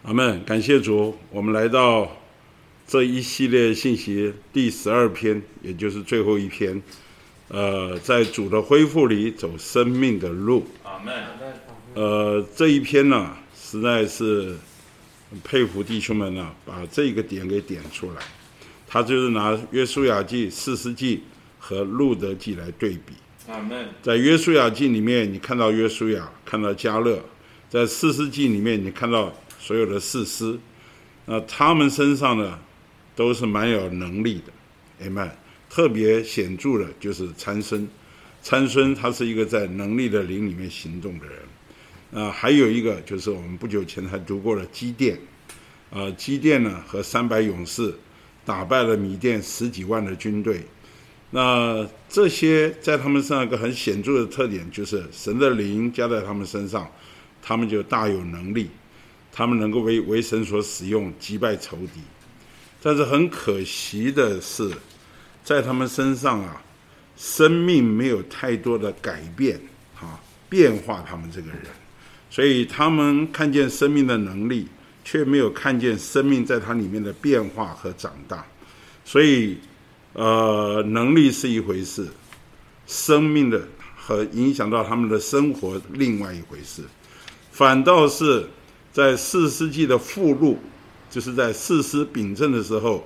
阿们，感谢主，我们来到这一系列信息第12篇，也就是最后一篇。在主的恢复里走生命的路。 阿们。 这一篇呢，实在是很佩服弟兄们呢，把这个点给点出来。他就是拿约书亚记、士师记和路德记来对比。 阿们。 在约书亚记里面，你看到约书亚，看到迦勒；在士师记里面，你看到所有的士师。他们身上呢，都是蛮有能力的。Amen。特别显著的就是参孙，参孙他是一个在能力的灵里面行动的人。还有一个就是我们不久前才读过的基甸。基甸呢和300勇士打败了米甸10几万的军队。那这些在他们身上一个很显著的特点，就是神的灵加在他们身上，他们就大有能力，他们能够为神所使用，击败仇敌。但是很可惜的是，在他们身上生命没有太多的改变变化他们这个人，所以他们看见生命的能力，却没有看见生命在它里面的变化和长大。所以能力是一回事，生命的和影响到他们的生活另外一回事。反倒是在士师记的附录，就是在士师秉政的时候，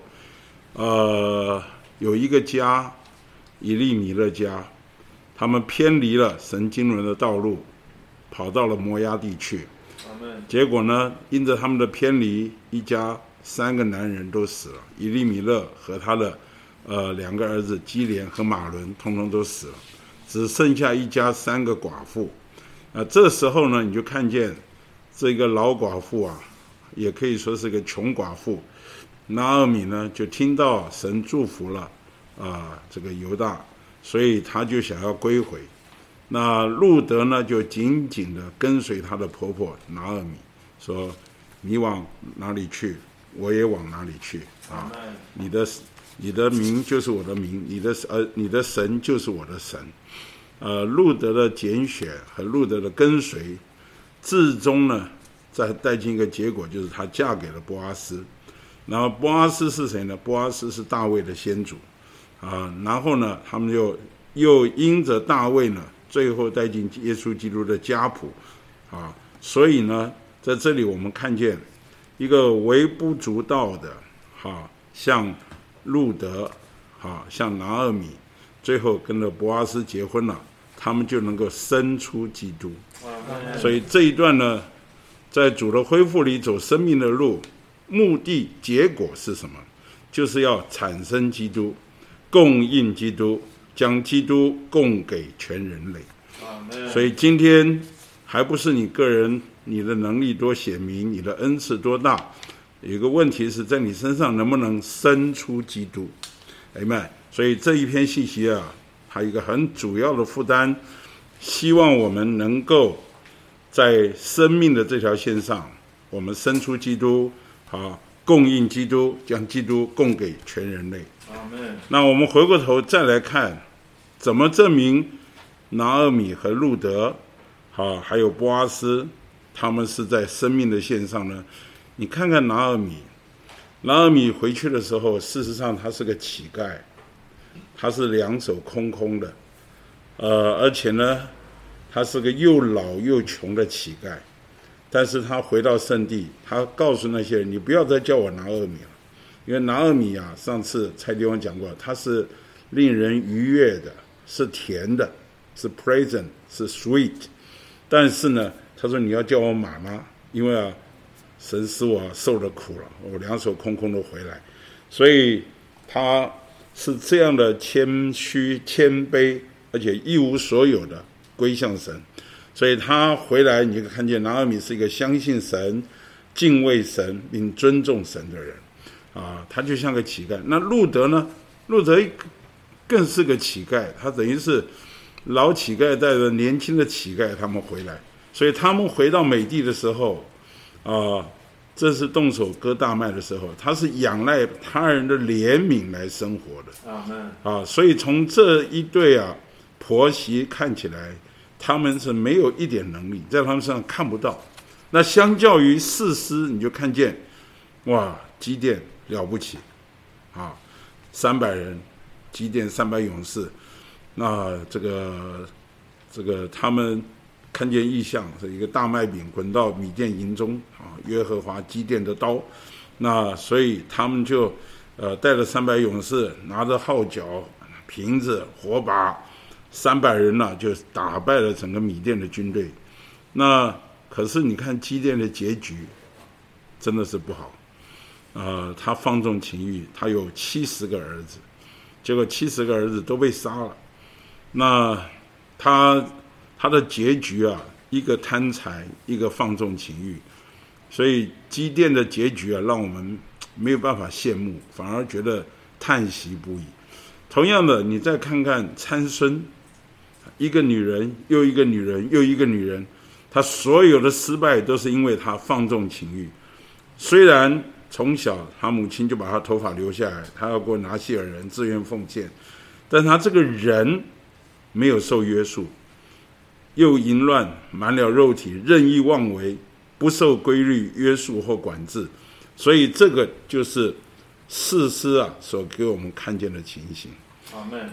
有一个家，以利米勒家，他们偏离了神经纶的道路，跑到了摩押地去。结果呢，因着他们的偏离，一家3个男人都死了，以利米勒和他的2个儿子基连和马伦通通都死了，只剩下一家3个寡妇。这时候呢，你就看见这个老寡妇也可以说是个穷寡妇。拿俄米呢，就听到神祝福了这个犹大，所以他就想要归回。那路德呢，就紧紧的跟随他的婆婆拿俄米，说：“你往哪里去，我也往哪里去你的名就是我的名，你的神就是我的神。”路德的拣选和路德的跟随，至终呢，再带进一个结果，就是她嫁给了波阿斯。然后波阿斯是谁呢？波阿斯是大卫的先祖然后呢，他们又因着大卫呢，最后带进耶稣基督的家谱所以呢，在这里我们看见一个微不足道的像路德像拿俄米，最后跟着波阿斯结婚了，他们就能够生出基督。所以这一段呢，在主的恢复里走生命的路，目的结果是什么？就是要产生基督，供应基督，将基督供给全人类。所以今天还不是你个人你的能力多显明，你的恩赐多大，有一个问题是在你身上能不能生出基督。Amen。所以这一篇信息还有一个很主要的负担，希望我们能够在生命的这条线上，我们生出基督供应基督，将基督供给全人类。那我们回过头再来看，怎么证明拿俄米和路德还有波阿斯他们是在生命的线上呢？你看看拿俄米回去的时候，事实上他是个乞丐，他是2手空空的，而且呢，他是个又老又穷的乞丐。但是他回到圣地，他告诉那些人：“你不要再叫我拿俄米了，因为拿俄米上次蔡弟兄讲过，他是令人愉悦的，是甜的，是 pleasant， 是 sweet。但是呢，他说你要叫我妈妈，因为神使我受了苦了，我2手空空的回来。所以他是这样的谦虚、谦卑，而且一无所有的归向神。”所以他回来，你就看见拿俄米是一个相信神、敬畏神并尊重神的人他就像个乞丐。那路德呢？路德更是个乞丐，他等于是老乞丐带着年轻的乞丐他们回来。所以他们回到美地的时候这是动手割大麦的时候，他是仰赖他人的怜悯来生活的。所以从这一对婆媳看起来，他们是没有一点能力，在他们身上看不到那相较于士师，你就看见，哇，基甸了不起啊，300人，基甸300勇士，那这个他们看见异象，是一个大麦饼滚到米甸营中啊，耶和华基甸的刀，那所以他们就带了300勇士，拿着号角、瓶子、火把，300人呢就打败了整个米甸的军队。那可是你看基甸的结局真的是不好，他放纵情欲，他有70个儿子，结果70个儿子都被杀了。那他的结局啊，一个贪财，一个放纵情欲，所以基甸的结局啊，让我们没有办法羡慕，反而觉得叹息不已。同样的，你再看看参孙，一个女人又一个女人又一个女人，他所有的失败都是因为他放纵情欲。虽然从小他母亲就把他头发留下来，他要过拿细尔人，自愿奉献，但他这个人没有受约束，又淫乱，满了肉体，任意妄为，不受规律约束或管制。所以这个就是士师啊所给我们看见的情形。 阿们。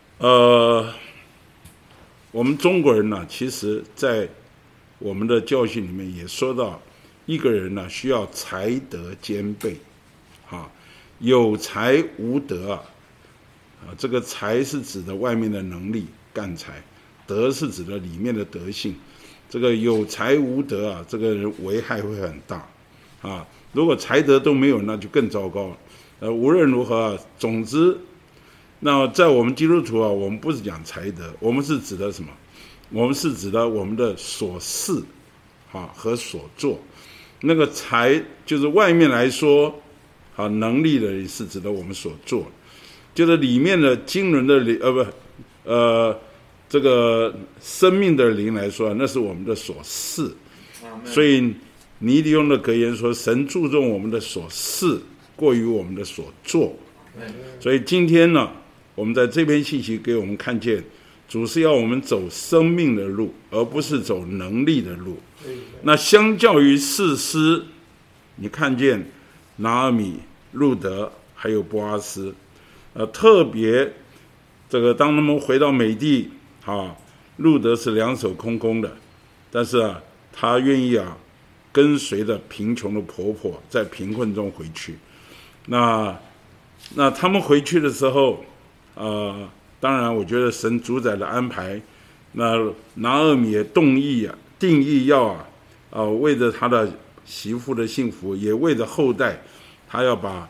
我们中国人呢，其实在我们的教训里面也说到，一个人呢需要才德兼备，有才无德这个才是指的外面的能力干才，德是指的里面的德性。这个有才无德这个人危害会很大如果才德都没有，那就更糟糕了。无论如何总之，那在我们基督徒我们不是讲才德，我们是指的什么？我们是指的我们的所事和所做。那个才就是外面来说能力的是指的我们所做，就是里面的经纶的灵这个生命的灵来说，那是我们的所事。所以尼迪翁的格言说，神注重我们的所事过于我们的所做。所以今天呢，我们在这篇信息给我们看见，主是要我们走生命的路，而不是走能力的路。那相较于士师，你看见拿俄米、路德还有波阿斯，特别这个当他们回到美地路德是两手空空的，但是他愿意跟随着贫穷的婆婆在贫困中回去。那他们回去的时候当然我觉得神主宰的安排，那拿俄米也定义要为着他的媳妇的幸福，也为着后代，他要把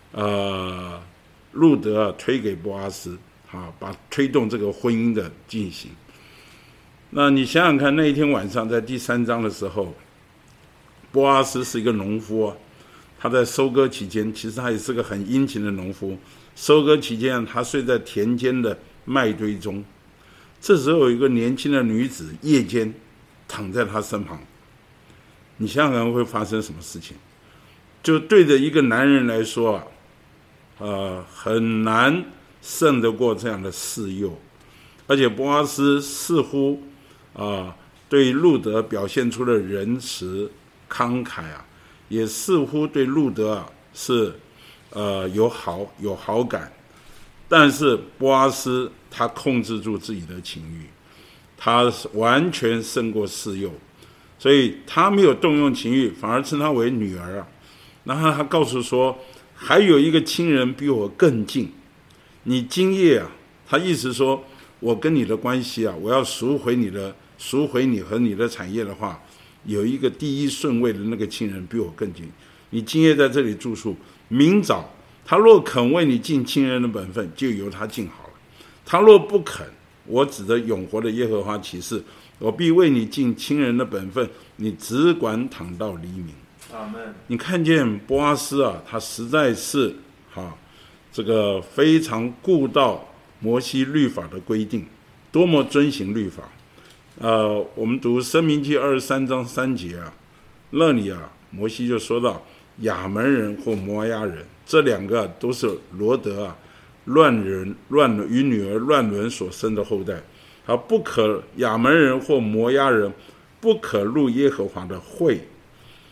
路德推给波阿斯把推动这个婚姻的进行。那你想想看，那一天晚上在第3章的时候，波阿斯是一个农夫他在收割期间，其实他也是个很殷勤的农夫，收割期间他睡在田间的麦堆中，这时候有一个年轻的女子夜间躺在他身旁，你想想看会发生什么事情？就对着一个男人来说很难胜得过这样的示诱。而且波阿斯似乎对路德表现出了仁慈慷慨也似乎对路德是有好感，但是波阿斯他控制住自己的情欲，他完全胜过示诱，所以他没有动用情欲，反而称他为女儿然后他告诉说，还有一个亲人比我更近，你今夜他意思说，我跟你的关系我要赎回你和你的产业的话，有一个第一顺位的那个亲人比我更近，你今夜在这里住宿，明早他若肯为你尽亲人的本分，就由他尽好了。他若不肯，我指着永活的耶和华起誓，我必为你尽亲人的本分，你只管躺到黎明。 阿们。 你看见波阿斯他实在是这个非常顾到摩西律法的规定，多么遵行律法。我们读申命记23章3节那里摩西就说到，亚门人或摩押人，这两个都是罗德与女儿乱伦所生的后代。不可亚门人或摩押人不可入耶和华的会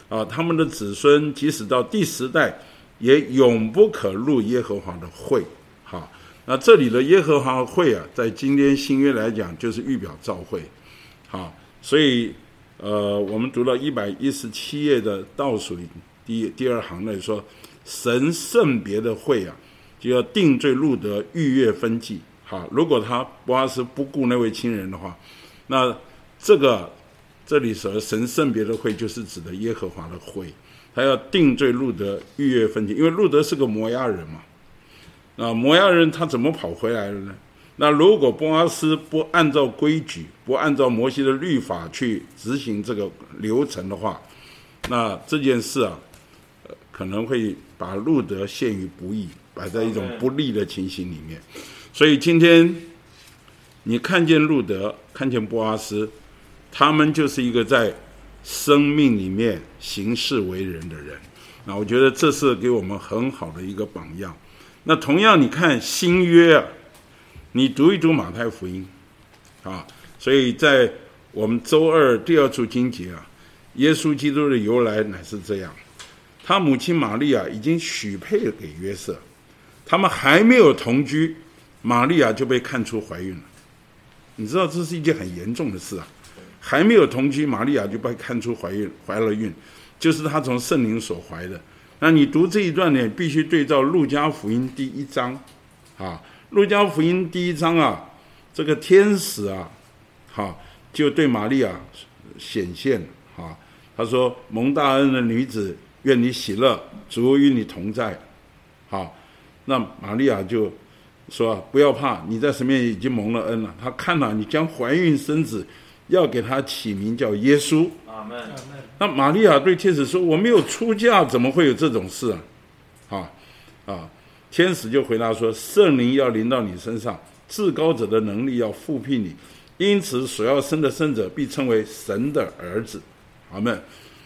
他们的子孙即使到第10代，也永不可入耶和华的会。好，那这里的耶和华会在今天新约来讲，就是预表召会。好，所以我们读到117页的倒数第二行那里说，神圣别的会就要定罪路德，逾越分际。好，如果他波阿斯不顾那位亲人的话，那这里所谓神圣别的会，就是指的耶和华的会，他要定罪路德，逾越分际。因为路德是个摩押人嘛，摩押人他怎么跑回来了呢？那如果波阿斯不按照规矩，不按照摩西的律法去执行这个流程的话，那这件事可能会把路德陷于不义，摆在一种不利的情形里面。所以今天你看见路德，看见波阿斯，他们就是一个在生命里面行事为人的人。那我觉得这是给我们很好的一个榜样。那同样你看新约你读一读马太福音所以在我们周二第2处经节耶稣基督的由来乃是这样，他母亲玛利亚已经许配给约瑟，他们还没有同居，玛利亚就被看出怀孕了。你知道这是一件很严重的事还没有同居，玛利亚就被看出怀了孕，就是她从圣灵所怀的。那你读这一段呢，必须对照路加福音第1章路加福音第1章这个天使就对玛利亚显现他说，蒙大恩的女子，愿你喜乐，主与你同在。那玛利亚就说，不要怕，你在神面前已经蒙了恩了。他看了你将怀孕生子，要给他起名叫耶稣。 阿们。 那玛利亚对天使说，我没有出嫁，怎么会有这种事天使就回答说，圣灵要临到你身上，至高者的能力要复辟你，因此所要生的生者必称为神的儿子。阿们。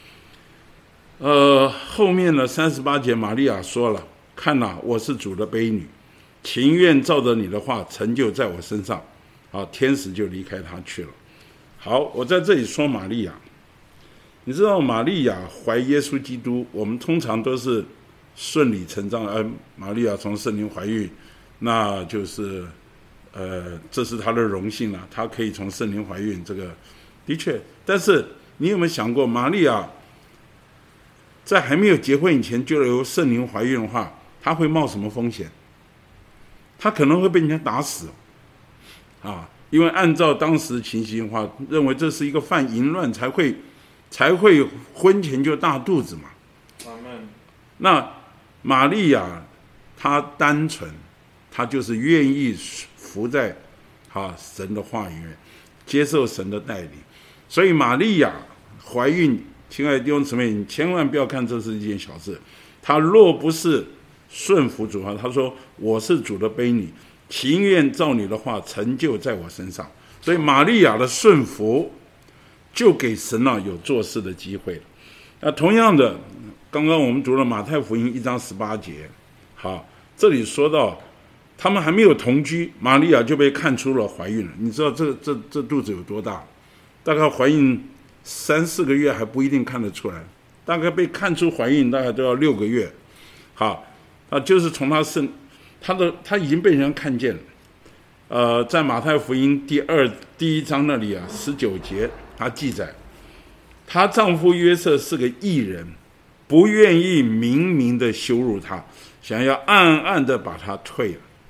后面的38节，玛利亚说了，看我是主的婢女，情愿照着你的话成就在我身上。天使就离开他去了。好，我在这里说玛利亚，你知道玛利亚怀耶稣基督，我们通常都是顺理成章，玛利亚从圣灵怀孕，那就是这是她的荣幸了，她可以从圣灵怀孕，这个的确。但是你有没有想过，玛利亚在还没有结婚以前就由圣灵怀孕的话，她会冒什么风险？她可能会被人家打死因为按照当时的情形的话，认为这是一个犯淫乱才会婚前就大肚子嘛。那玛利亚她单纯，她就是愿意服在神的话语，接受神的带领。所以玛利亚怀孕，亲爱的弟兄姊妹，你千万不要看这是一件小事。她若不是顺服主她说，我是主的婢女，情愿照你的话成就在我身上。所以玛利亚的顺服就给神有做事的机会了。那同样的，刚刚我们读了马太福音1章18节，这里说到他们还没有同居，玛利亚就被看出了怀孕了。你知道这肚子有多大？大概怀孕3-4个月还不一定看得出来，大概被看出怀孕大概都要6个月。就是从他已经被人看见了。在马太福音第1章那里19节，他记载，她丈夫约瑟是个义人，不愿意明明的羞辱她，想要暗暗的把她退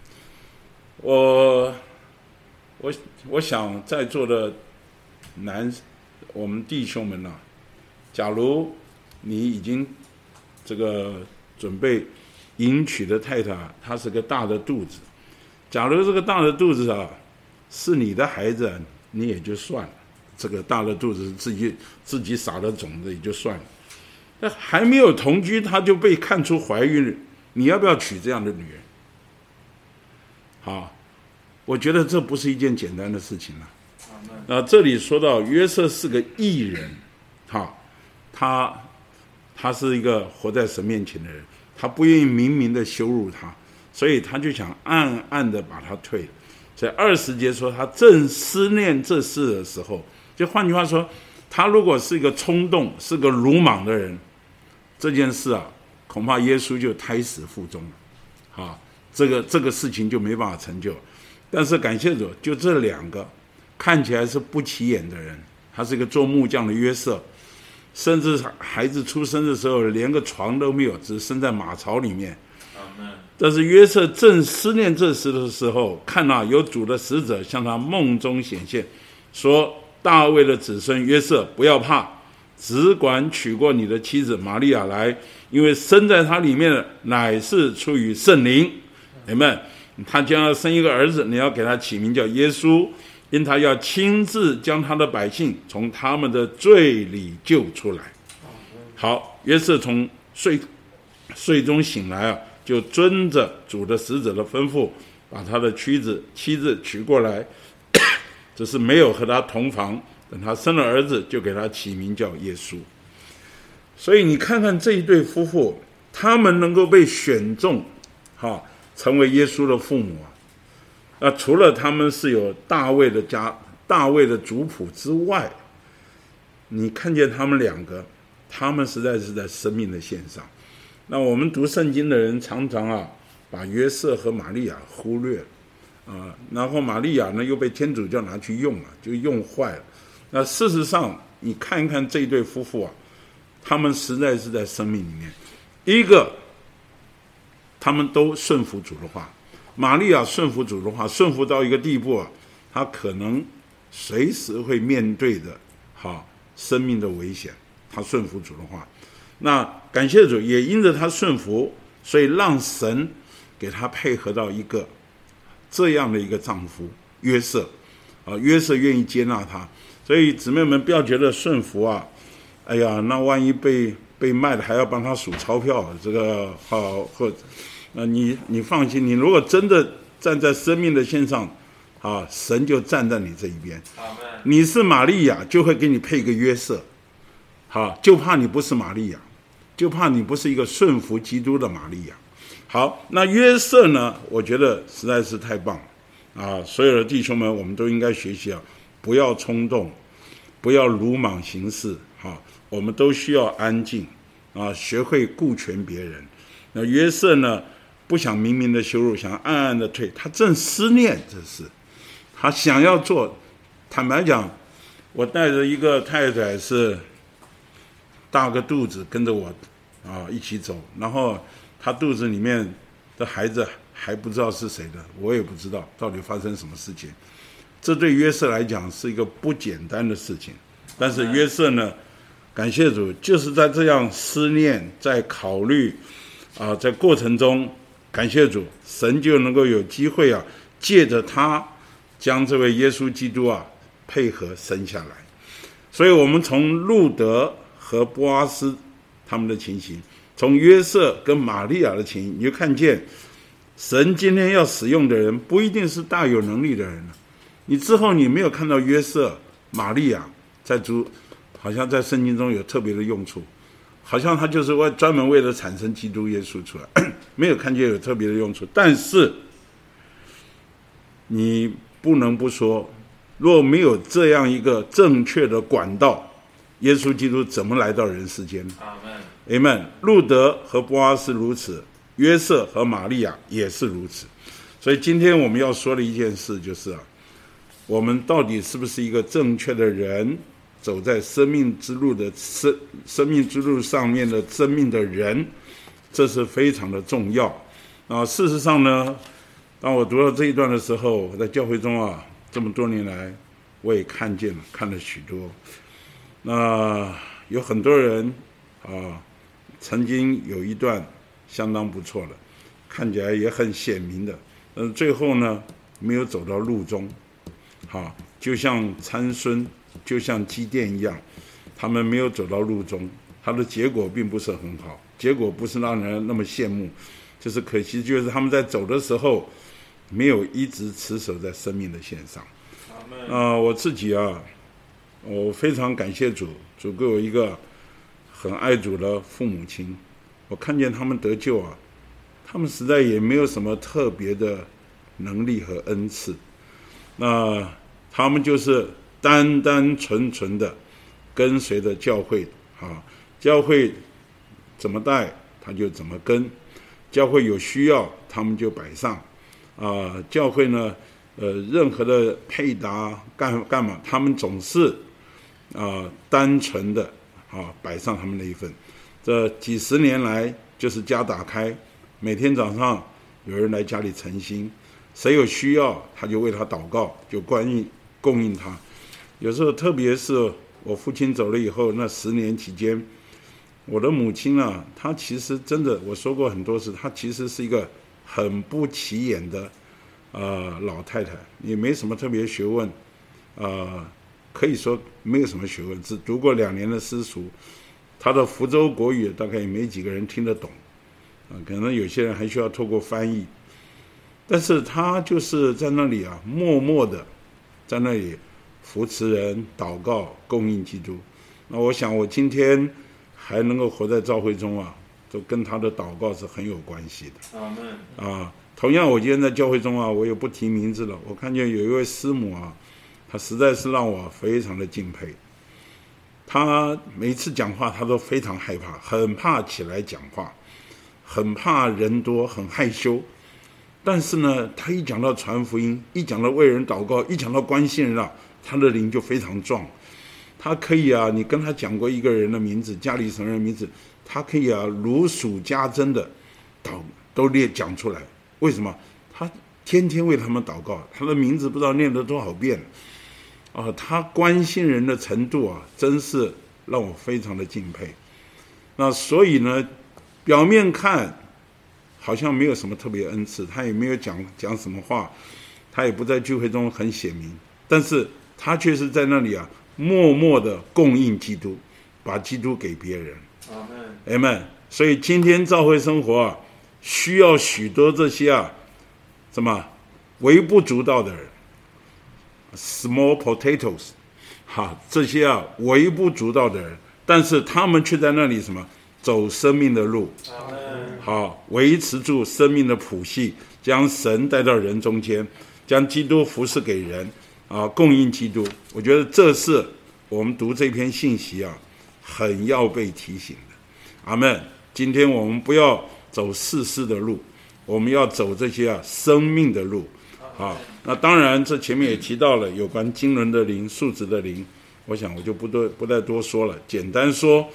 了。我想在座的我们弟兄们假如你已经这个准备迎娶的太太，她是个大的肚子，假如这个大的肚子是你的孩子，你也就算了，这个大的肚子是自己撒的种子也就算了。那还没有同居，她就被看出怀孕，你要不要娶这样的女人？我觉得这不是一件简单的事情了。这里说到约瑟是个义人，他是一个活在神面前的人，他不愿意明明的羞辱他，所以他就想暗暗的把他退了。所以20节说他正思念这事的时候，就换句话说， 他如果是一个冲动、是个鲁莽的人，这件事啊，恐怕耶稣就胎死腹中了，啊，这个事情就没办法成就。但是感谢主，就这两个看起来是不起眼的人，他是一个做木匠的约瑟，甚至孩子出生的时候连个床都没有，只生在马槽里面。但是约瑟正思念这事的时候，看到有主的使者向他梦中显现，说：大卫的子孙约瑟，不要怕，只管娶过你的妻子玛利亚来，因为生在他里面的乃是出于圣灵。你们，他将要生一个儿子，你要给他起名叫耶稣，因他要亲自将他的百姓从他们的罪里救出来。好，约瑟从睡中醒来啊，就遵着主的使者的吩咐，把他的妻子娶过来，只是没有和他同房。等他生了儿子，就给他起名叫耶稣。所以你看看这一对夫妇，他们能够被选中，成为耶稣的父母啊。那除了他们是有大卫的族谱之外，你看见他们两个，他们实在是在生命的线上。那我们读圣经的人常常把约瑟和玛利亚忽略了然后玛利亚呢又被天主教拿去用了，就用坏了。那事实上你看一看这一对夫妇他们实在是在生命里面，一个他们都顺服主的话，玛利亚顺服主的话，顺服到一个地步他可能随时会面对的生命的危险，他顺服主的话。那感谢主，也因着他顺服，所以让神给他配合到一个这样的一个丈夫约瑟约瑟愿意接纳他。所以姊妹们不要觉得顺服哎呀，那万一被卖了还要帮他数钞票，这个或你放心，你如果真的站在生命的线上神就站在你这一边。你是玛利亚，就会给你配一个约瑟。就怕你不是玛利亚，就怕你不是一个顺服基督的玛利亚。好，那约瑟呢，我觉得实在是太棒了所有的弟兄们，我们都应该学习不要冲动，不要鲁莽行事我们都需要安静学会顾全别人。那约瑟呢，不想明明的羞辱，想暗暗的退，他正思念这事，他想要做。坦白讲，我带着一个太太是大个肚子跟着我一起走，然后他肚子里面的孩子还不知道是谁的，我也不知道到底发生什么事情。这对约瑟来讲是一个不简单的事情，但是约瑟呢，感谢主，就是在这样思念，在考虑在过程中，感谢主，神就能够有机会借着他将这位耶稣基督配合生下来。所以我们从路德和波阿斯他们的情形，从约瑟跟玛利亚的情形，你就看见神今天要使用的人不一定是大有能力的人。你之后你没有看到约瑟、玛利亚好像在圣经中有特别的用处，好像他就是专门为了产生基督耶稣出来，没有看见有特别的用处。但是你不能不说，若没有这样一个正确的管道，耶稣基督怎么来到人世间？阿们。路德和波阿斯如此，约瑟和玛利亚也是如此。所以今天我们要说的一件事就是我们到底是不是一个正确的人，走在生命之路上面的生命的人，这是非常的重要事实上呢，当我读到这一段的时候，我在教会中这么多年来，我也看了许多。那有很多人曾经有一段相当不错的，看起来也很显明的，但是最后呢，没有走到路中。就像参孙，就像基甸一样，他们没有走到路中，他的结果并不是很好，结果不是让人那么羡慕，就是可惜，就是他们在走的时候没有一直持守在生命的线上。我自己我非常感谢主给我一个很爱主的父母亲，我看见他们得救他们实在也没有什么特别的能力和恩赐，那他们就是单单纯纯的跟随着教会教会怎么带他就怎么跟，教会有需要他们就摆上教会呢任何的配搭干嘛，他们总是单纯的摆上他们的一份。这几十年来就是家打开，每天早上有人来家里诚心，谁有需要他就为他祷告，就供应他。有时候特别是我父亲走了以后，那10年期间，我的母亲她其实真的，我说过很多次，她其实是一个很不起眼的老太太，也没什么特别学问，可以说没有什么学问，只读过2年的私塾，她的福州国语大概也没几个人听得懂，可能有些人还需要透过翻译，但是她就是在那里默默的在那里扶持人、祷告、供应基督。那我想我今天还能够活在教会中都跟他的祷告是很有关系的。 阿们。 同样我今天在教会中我也不提名字了，我看见有一位师母她实在是让我非常的敬佩。她每一次讲话她都非常害怕，很怕起来讲话，很怕人多，很害羞。但是呢，她一讲到传福音，一讲到为人祷告，一讲到关心人她的灵就非常壮。她可以你跟她讲过一个人的名字，家里什么人的名字，她可以如数家珍的都讲出来。为什么？她天天为他们祷告，她的名字不知道念了多少遍她关心人的程度真是让我非常的敬佩。那所以呢，表面看好像没有什么特别恩赐，她也没有讲什么话，她也不在聚会中很显明，但是她却是在那里默默的供应基督，把基督给别人。阿们。所以今天教会生活需要许多这些什么微不足道的人 ，small potatoes， 这些微不足道的人，但是他们却在那里什么走生命的路，维持住生命的谱系，将神带到人中间，将基督服侍给人供应基督。我觉得这是我们读这篇信息很要被提醒的。阿们。今天我们不要走世事的路，我们要走这些生命的路。那当然这前面也提到了有关经纶的灵、数值的灵，我想我就不再多说了。简单说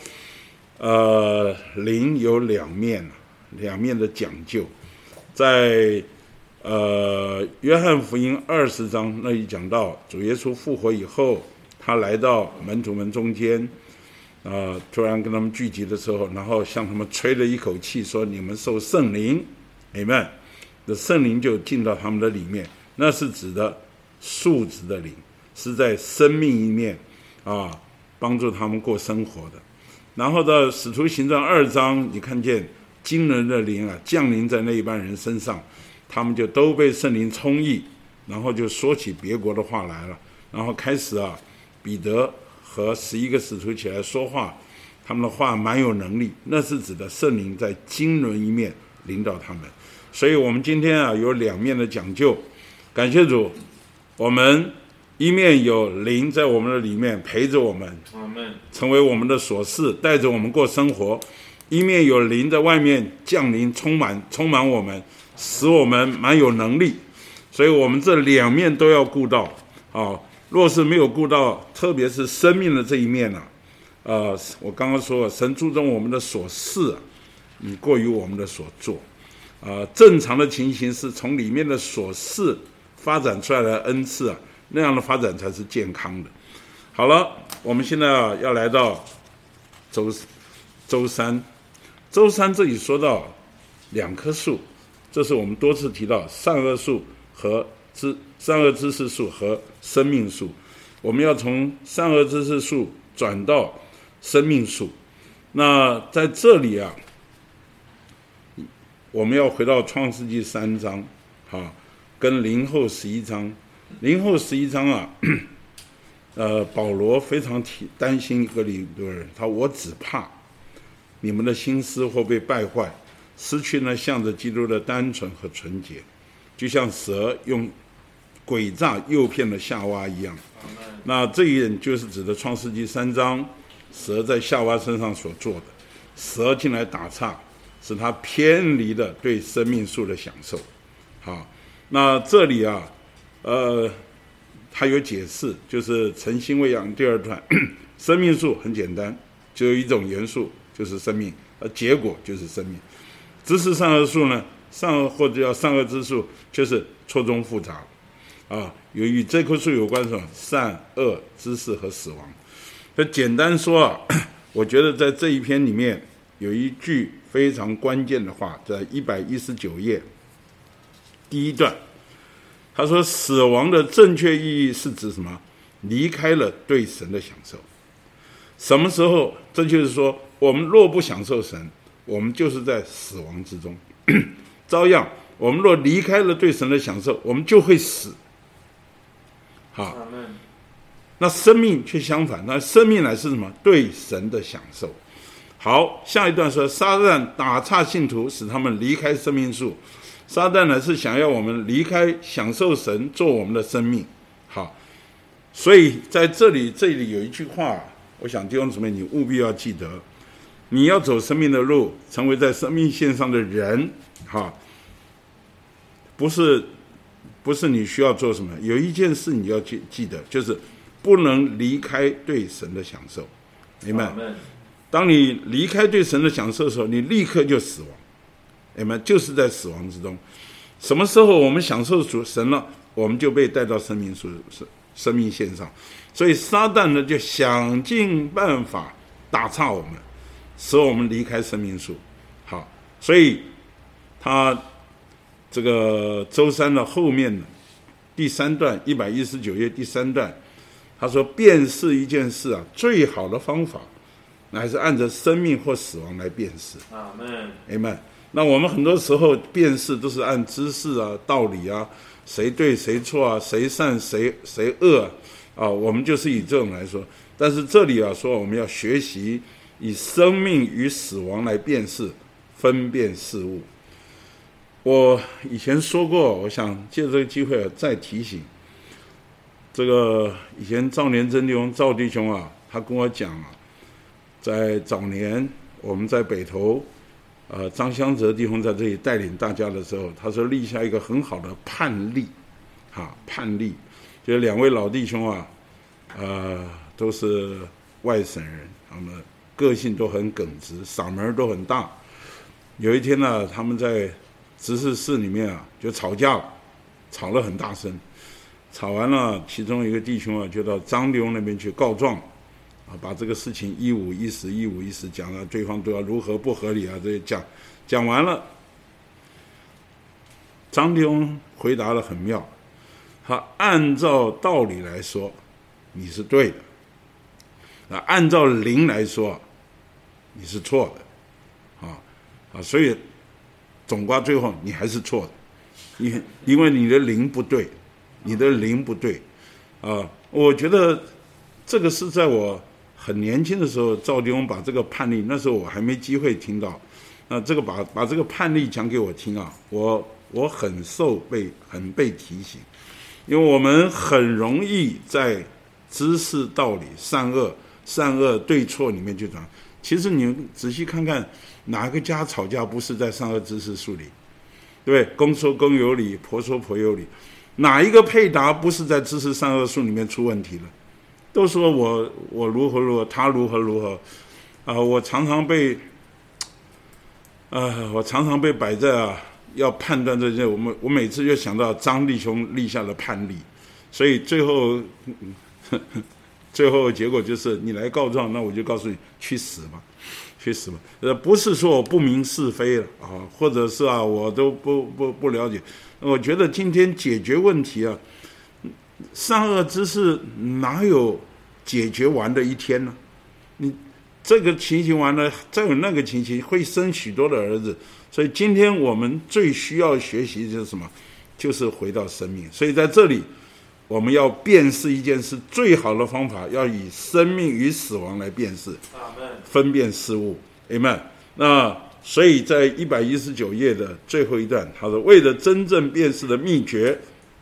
灵有两面的讲究。在约翰福音20章那里讲到，主耶稣复活以后，他来到门徒们中间突然跟他们聚集的时候，然后向他们吹了一口气，说你们受圣灵。 Amen。 的圣灵就进到他们的里面，那是指的数值的灵，是在生命一面帮助他们过生活的。然后到使徒行传2章，你看见惊人的灵降临在那一般人身上，他们就都被圣灵充溢，然后就说起别国的话来了，然后开始彼得和11个使徒起来说话，他们的话蛮有能力，那是指的圣灵在经纶一面领导他们。所以我们今天有两面的讲究，感谢主，我们一面有灵在我们的里面陪着我们，成为我们的所事，带着我们过生活；一面有灵在外面降临，充满我们，使我们蛮有能力。所以我们这两面都要顾到若是没有顾到，特别是生命的这一面我刚刚说神注重我们的所事你过于我们的所做。正常的情形是从里面的所事发展出来的恩赐那样的发展才是健康的。好了，我们现在要来到周三。周三这里说到2棵树，这是我们多次提到善恶知识树和生命树。我们要从善恶知识树转到生命树。那在这里我们要回到创世纪3章跟林后11章。林后11章保罗非常担心哥林多人，他说我只怕你们的心思会被败坏，失去向着基督的单纯和纯洁，就像蛇用诡诈诱骗了夏娃一样。那这一点就是指的创世纪3章蛇在夏娃身上所做的，蛇进来打岔，使他偏离了对生命树的享受。好，那这里啊他有解释，就是诚心喂养第2段生命树很简单，只有一种元素，就是生命，结果就是生命。知识善恶树呢，或者叫善恶之树，就是错综复杂啊，有与这棵树有关的善恶知识和死亡。那简单说啊，我觉得在这一篇里面有一句非常关键的话，在119页第1段，他说死亡的正确意义是指什么？离开了对神的享受。什么时候？这就是说，我们若不享受神，我们就是在死亡之中。照样，我们若离开了对神的享受，我们就会死。好，那生命却相反，那生命乃是什么？对神的享受。好，下一段说，撒旦打岔信徒，使他们离开生命树。撒旦呢是想要我们离开享受神做我们的生命。好，所以在这里有一句话，我想弟兄姊妹你务必要记得，你要走生命的路，成为在生命线上的人，哈，不是你需要做什么，有一件事你要记得，就是不能离开对神的享受。明白？当你离开对神的享受的时候，你立刻就死亡。就是在死亡之中。什么时候我们享受神了，我们就被带到生命线上。所以撒旦呢就想尽办法打岔我们，使我们离开生命树。好，所以他这个周三的后面呢，第3段119页第3段，他说辨识一件事啊，最好的方法乃是按着生命或死亡来辨识。 阿们。 Amen。那我们很多时候辨识都是按知识啊、道理啊，谁对谁错啊，谁善谁恶啊，我们就是以这种来说。但是这里啊说，我们要学习以生命与死亡来辨识、分辨事物。我以前说过，我想借这个机会再提醒。这个以前赵年真弟兄、赵弟兄啊，他跟我讲啊，在早年我们在北投。张香泽弟兄在这里带领大家的时候，他说立下一个很好的判例，判例，就是2位老弟兄啊，都是外省人，他们个性都很耿直，嗓门都很大。有一天呢，他们在执事室里面啊，就吵架了，吵了很大声，吵完了，其中一个弟兄啊，就到张弟兄那边去告状。把这个事情一五一十讲了，对方都要如何不合理啊，这些讲完了，张弟兄回答得很妙，他按照道理来说你是对的，按照灵来说你是错的，所以总括最后你还是错的，因为你的灵不对，我觉得这个是在我很年轻的时候，赵弟兄把这个判例，那时候我还没机会听到，这个把这个判例讲给我听啊，我很被提醒，因为我们很容易在知识道理、善恶对错里面去讲。其实你仔细看看，哪个家吵架不是在善恶知识树里？对不对？公说公有理，婆说婆有理，哪一个配搭不是在知识善恶树里面出问题了？都说我如何，他如何我常常被摆在要判断这些，我每次就想到张弟兄立下的判例，所以最后结果就是你来告状，那我就告诉你去死吧。不是说我不明是非了或者是我都不了解。我觉得今天解决问题善恶之事哪有解决完的一天呢？你这个情形完了，再有那个情形，会生许多的儿子。所以今天我们最需要学习的就是什么？就是回到生命。所以在这里我们要辨识一件事，最好的方法要以生命与死亡来辨识，分辨事物。Amen。那所以在119页的最后一段，他说为了真正辨识的秘诀，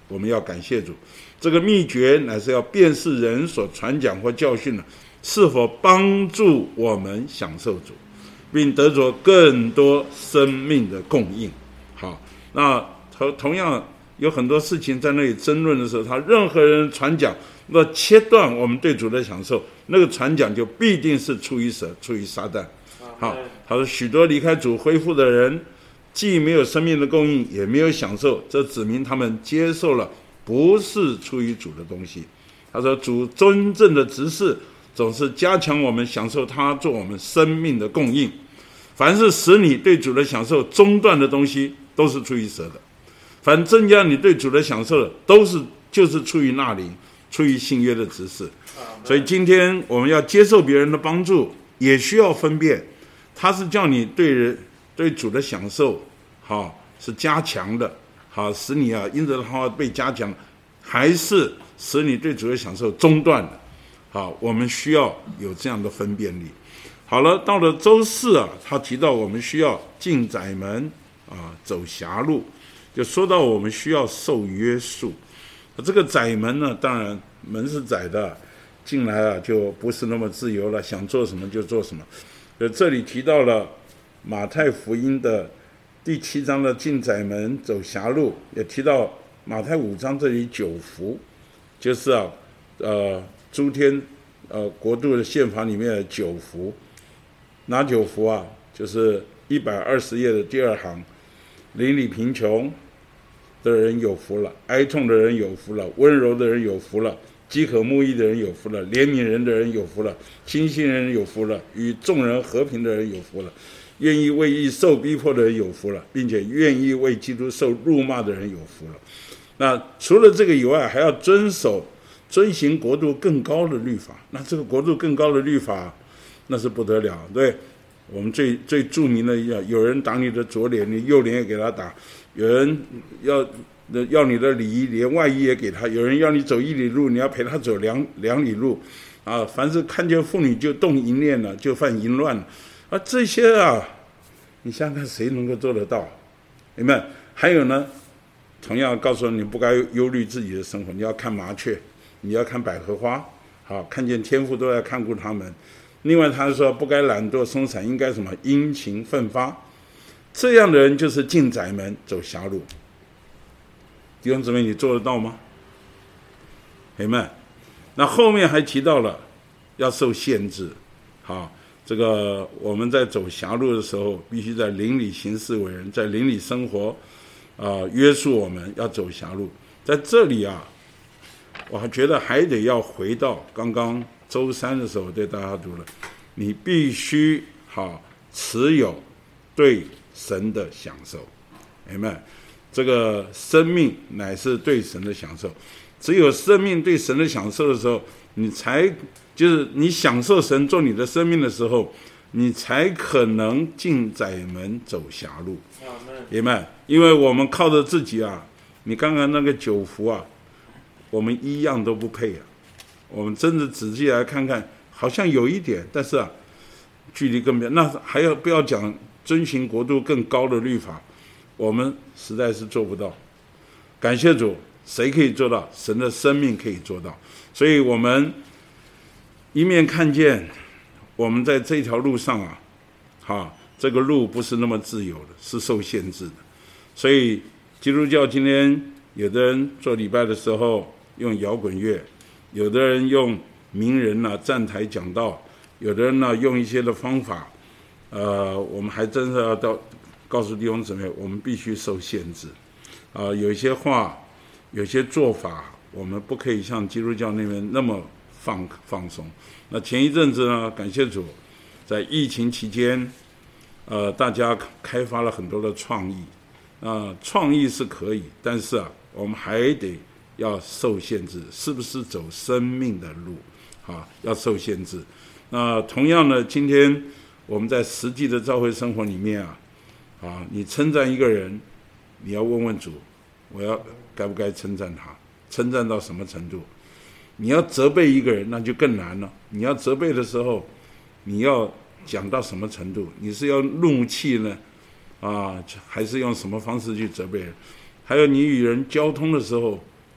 我们要感谢主。这个秘诀乃是要辨识人所传讲或教训的是否帮助我们享受主，并得着更多生命的供应。好，那同样有很多事情在那里争论的时候，他任何人传讲那切断我们对主的享受，那个传讲就必定是出于蛇，出于撒旦。好，他说许多离开主恢复的人，既没有生命的供应，也没有享受，这指明他们接受了不是出于主的东西。他说主真正的职事总是加强我们享受他做我们生命的供应，凡是使你对主的享受中断的东西都是出于蛇的，凡增加你对主的享受的就是出于那灵，出于新约的职事。所以今天我们要接受别人的帮助，也需要分辨他是叫你对主的享受是加强的，使你因着他被加强，还是使你对主的享受中断的。我们需要有这样的分辨力。好了，到了周四他提到我们需要进窄门走狭路，就说到我们需要受约束。这个窄门呢，当然门是窄的，进来就不是那么自由了，想做什么就做什么。这里提到了马太福音的第7章的进窄门走狭路，也提到马太5章这里9福，就是诸天国度的宪法里面的9福。哪9福就是120页的第2行，邻里贫穷的人有福了，哀痛的人有福了，温柔的人有福了，饥渴慕义的人有福了，怜悯人的人有福了，亲近人有福了，与众人和平的人有福了，愿意为义受逼迫的人有福了，并且愿意为基督受辱骂的人有福了。那除了这个以外，还要遵行国度更高的律法。那这个国度更高的律法，那是不得了。对，我们最著名的有人打你的左脸，你右脸也给他打；有人要你的礼仪，连外衣也给他；有人要你走1里路，你要陪他走2里路。凡是看见妇女就动淫念了，就犯淫乱了。这些你想想看，谁能够做得到？你们还有呢，同样告诉你不该忧虑自己的生活，你要看麻雀，你要看百合花，看见天父都要看顾他们。另外他说不该懒惰松散，应该什么？殷勤奋发。这样的人就是进窄门走狭路。弟兄姊妹，你做得到吗？Amen。那后面还提到了要受限制。这个我们在走狭路的时候，必须在灵里行事为人，在灵里生活，约束我们要走狭路。在这里我还觉得还得要回到刚刚周3的时候对大家读了，你必须持有对神的享受。Amen。这个生命乃是对神的享受，只有生命对神的享受的时候，你才就是你享受神做你的生命的时候，你才可能进窄门走狭路。Amen。因为我们靠着自己你刚刚那个9福我们一样都不配我们真的仔细来看看，好像有一点，但是距离更远。那还要不要讲遵行国度更高的律法？我们实在是做不到。感谢主，谁可以做到？神的生命可以做到。所以我们一面看见我们在这条路上这个路不是那么自由的，是受限制的。所以基督教今天有的人做礼拜的时候用摇滚乐，有的人用名人站台讲道，有的人用一些的方法。我们还真是要告诉弟兄姊妹，我们必须受限制。有一些话，有些做法，我们不可以像基督教那边那么放松。那前一阵子呢，感谢主，在疫情期间，大家开发了很多的创意。创意是可以，但是我们还得要受限制，是不是走生命的路？要受限制。同样的，今天我们在实际的教会生活里面你称赞一个人，你要问问主，我该不该称赞他？称赞到什么程度？你要责备一个人，那就更难了。你要责备的时候，你要讲到什么程度？你是要怒气呢？还是用什么方式去责备人？还有你与人交通的时候，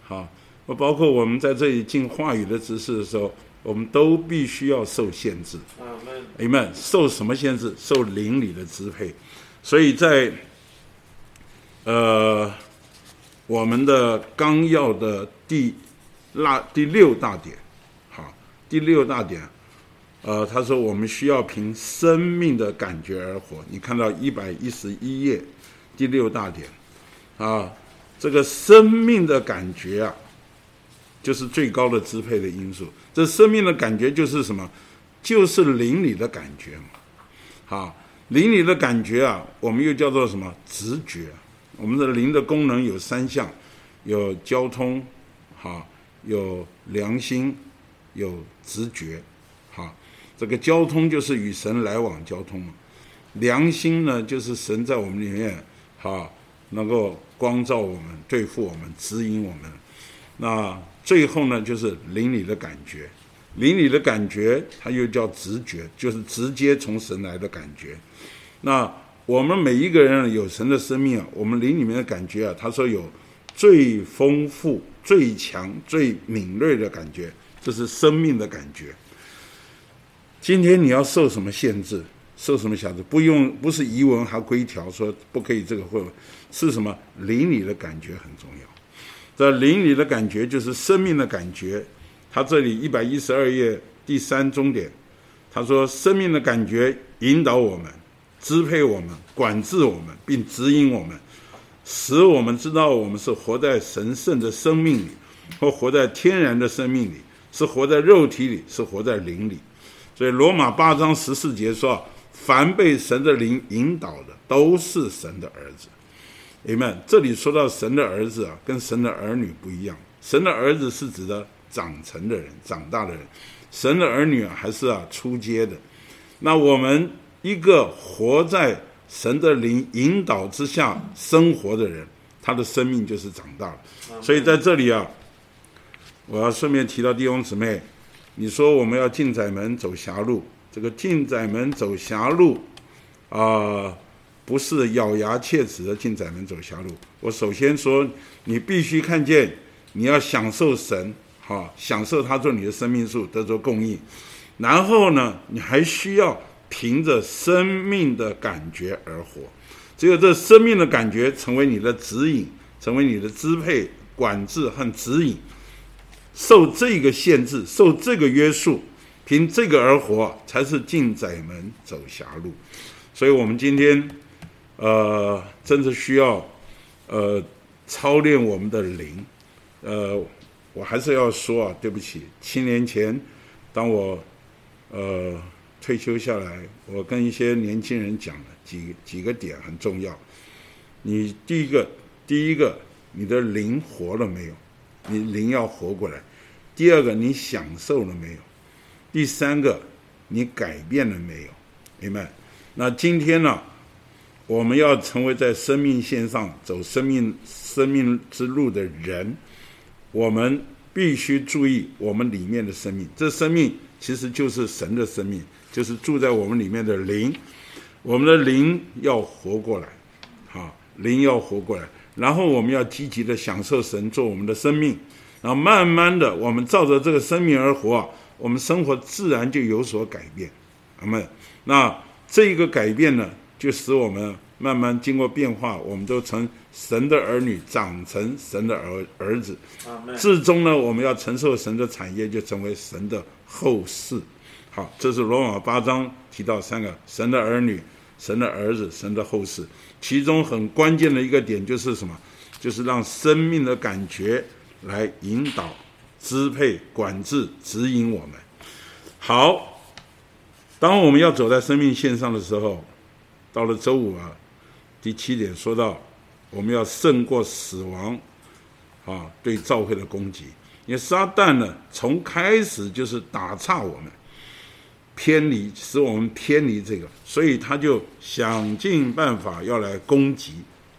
好，包括我们在这里尽话语的职事的时候，我们都必须要受限制。Amen。受什么限制？受灵里的支配。所以在我们的纲要的第6大点，好，第6大点，他说我们需要凭生命的感觉而活。你看到111页第6大点啊，这个生命的感觉啊，就是最高的支配的因素。这生命的感觉就是什么？就是灵里的感觉嘛。好，灵里的感觉啊，我们又叫做什么？直觉。我们的灵的功能有3项，有交通，好，有良心，有直觉。好，这个交通就是与神来往交通嘛。良心呢，就是神在我们里面，好，能够光照我们，对付我们，指引我们。那最后呢，就是灵里的感觉。灵里的感觉，它又叫直觉，就是直接从神来的感觉。那我们每一个人有神的生命啊，我们灵里面的感觉啊，他说有最丰富、最强、最敏锐的感觉，这是生命的感觉。今天你要受什么限制，受什么辖制？不是遗文还规条说不可以这个或是什么？灵里的感觉很重要。这灵里的感觉就是生命的感觉。他这里112页第3中点，他说生命的感觉引导我们，支配我们，管制我们，并指引我们，使我们知道我们是活在神圣的生命里，或活在天然的生命里，是活在肉体里，是活在灵里。所以罗马8章14节说，凡被神的灵引导的都是神的儿子。Amen。这里说到神的儿子啊，跟神的儿女不一样。神的儿子是指的长成的人，长大的人。神的儿女啊，还是初阶的。那我们一个活在神的灵引导之下生活的人，他的生命就是长大了。所以在这里啊，我要顺便提到弟兄姊妹，你说我们要进窄门走狭路，这个进窄门走狭路不是咬牙切齿的进窄门走狭路。我首先说，你必须看见，你要享受神，享受他做你的生命树，得着供应。然后呢，你还需要凭着生命的感觉而活。只有这生命的感觉成为你的指引，成为你的支配、管制和指引，受这个限制，受这个约束，凭这个而活，才是进窄门走狭路。所以我们今天真的需要操练我们的灵。我还是要说啊，对不起，7年前当我退休下来，我跟一些年轻人讲了几个点很重要。你第一个，你的灵活了没有？你灵要活过来。第二个，你享受了没有？第三个，你改变了没有？Amen。那今天呢，我们要成为在生命线上走生命之路的人，我们必须注意我们里面的生命。这生命其实就是神的生命，就是住在我们里面的灵。我们的灵要活过来，灵要活过来，然后我们要积极的享受神做我们的生命，然后慢慢的我们照着这个生命而活，我们生活自然就有所改变。那这一个改变呢，就使我们慢慢经过变化，我们都成神的儿女，长成神的儿子。至终呢，我们要承受神的产业，就成为神的后世。好，这是罗马8章提到3个：神的儿女、神的儿子、神的后世。其中很关键的一个点就是什么？就是让生命的感觉来引导、支配、管制、指引我们。好，当我们要走在生命线上的时候，到了周五第7点说到，我们要胜过死亡对教会的攻击。因为撒旦呢，从开始就是打岔我们，偏离，使我们偏离这个，所以他就想尽办法要来攻击、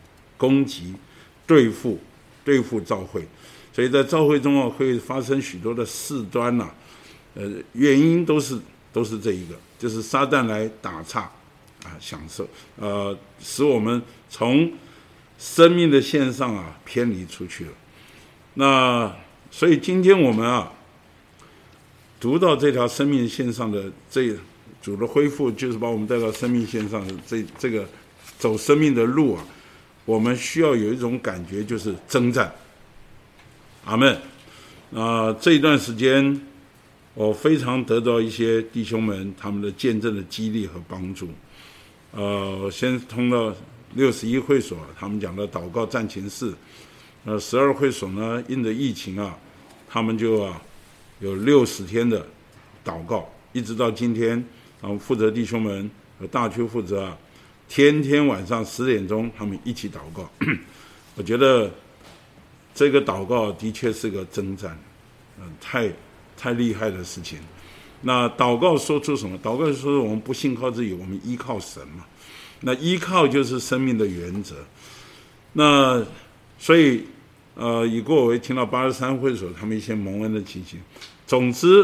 对付教会。所以在教会中会发生许多的事端原因都是这一个，就是撒旦来打岔享受使我们从生命的线上偏离出去了。 那所以今天我们读到这条生命线上的主的恢复，就是把我们带到生命线上的这个走生命的路我们需要有一种感觉，就是征战。阿们。这一段时间我非常得到一些弟兄们他们的见证的激励和帮助。先通到61会所，他们讲的祷告战情室。12会所呢，因着疫情他们就有60天的祷告，一直到今天，负责弟兄们和大区负责天天晚上10点钟他们一起祷告。我觉得这个祷告的确是个征战，太厉害的事情。那祷告说出什么？祷告说我们不信靠自己，我们依靠神嘛。那依靠就是生命的原则。那所以以过我为听到83会所他们一些蒙恩的情形。总之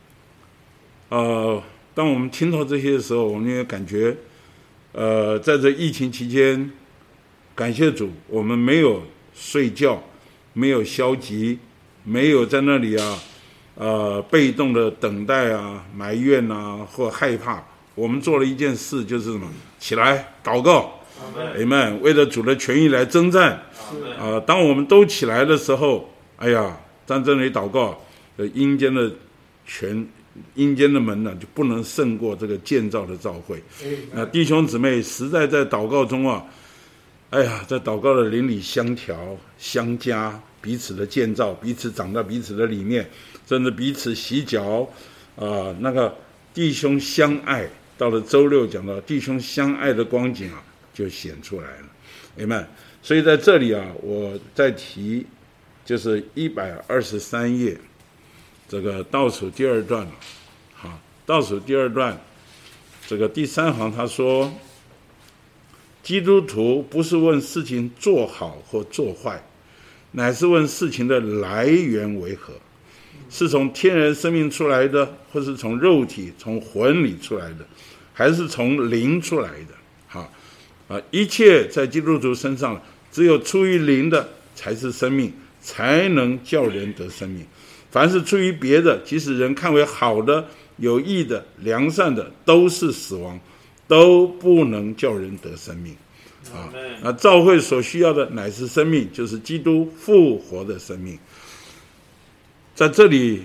当我们听到这些的时候，我们也感觉在这疫情期间，感谢主，我们没有睡觉，没有消极，没有在那里被动的等待埋怨或害怕。我们做了一件事，就是什么？起来祷告，阿们，为了主的权益来征战。当我们都起来的时候，在这里祷告，阴间的门呢，就不能胜过这个建造的召会。弟兄姊妹实在在祷告中在祷告的邻里相调相加，彼此的建造，彼此长到彼此的里面，甚至彼此洗脚那个弟兄相爱。到了周六讲到弟兄相爱的光景就显出来了。阿们。所以在这里我再提，就是123页这个倒数第二段倒数第二段这个第3行，他说，基督徒不是问事情做好或做坏，乃是问事情的来源为何，是从天然生命出来的，或是从肉体从魂里出来的，还是从灵出来的。一切在基督徒身上，只有出于灵的才是生命，才能叫人得生命。凡是出于别的，即使人看为好的、有益的、良善的，都是死亡，都不能叫人得生命。那召会所需要的乃是生命，就是基督复活的生命。在这里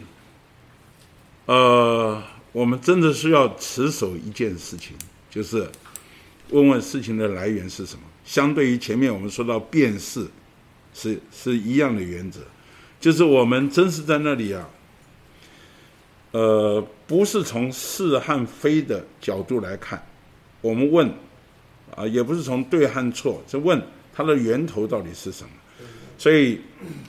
我们真的是要持守一件事情，就是问问事情的来源是什么。相对于前面我们说到辨识，是一样的原则，就是我们真是在那里不是从是和非的角度来看，我们问也不是从对和错，是问它的源头到底是什么。所以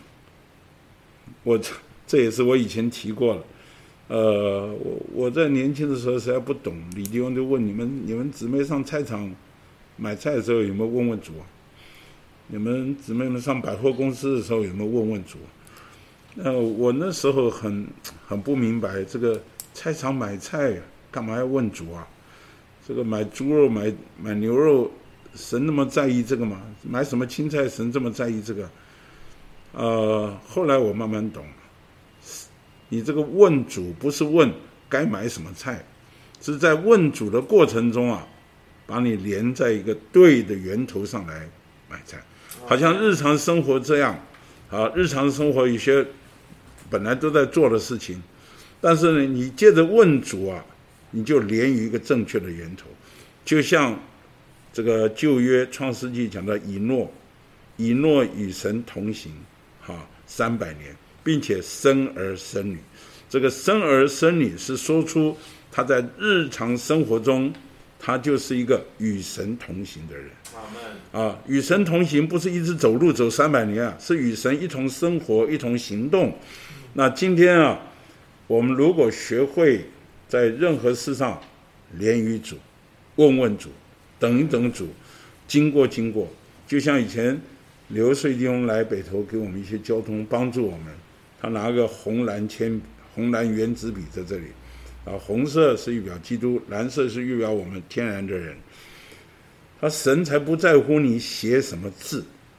这也是我以前提过了。我在年轻的时候实在不懂，李弟兄就问你们姊妹上菜场买菜的时候有没有问问主你们姊妹们上百货公司的时候有没有问问主我那时候很不明白，这个菜场买菜干嘛要问主这个买猪肉买牛肉，神那么在意这个吗？买什么青菜神这么在意这个？后来我慢慢懂了，你这个问主不是问该买什么菜，是在问主的过程中把你连在一个对的源头上来买菜。好像日常生活这样日常生活有些本来都在做的事情，但是呢你接着问主你就连于一个正确的源头。就像这个旧约创世纪讲到以诺与神同行300年，并且生儿生女。这个生儿生女是说出他在日常生活中他就是一个与神同行的人。与神同行不是一直走路走300年是与神一同生活一同行动。那今天我们如果学会在任何事上连于主，问问主，等一等主，经过，就像以前刘穗弟兄来北投给我们一些交通帮助我们，他拿个红蓝圆珠笔在这里红色是预表基督，蓝色是预表我们天然的人。神才不在乎你写什么字，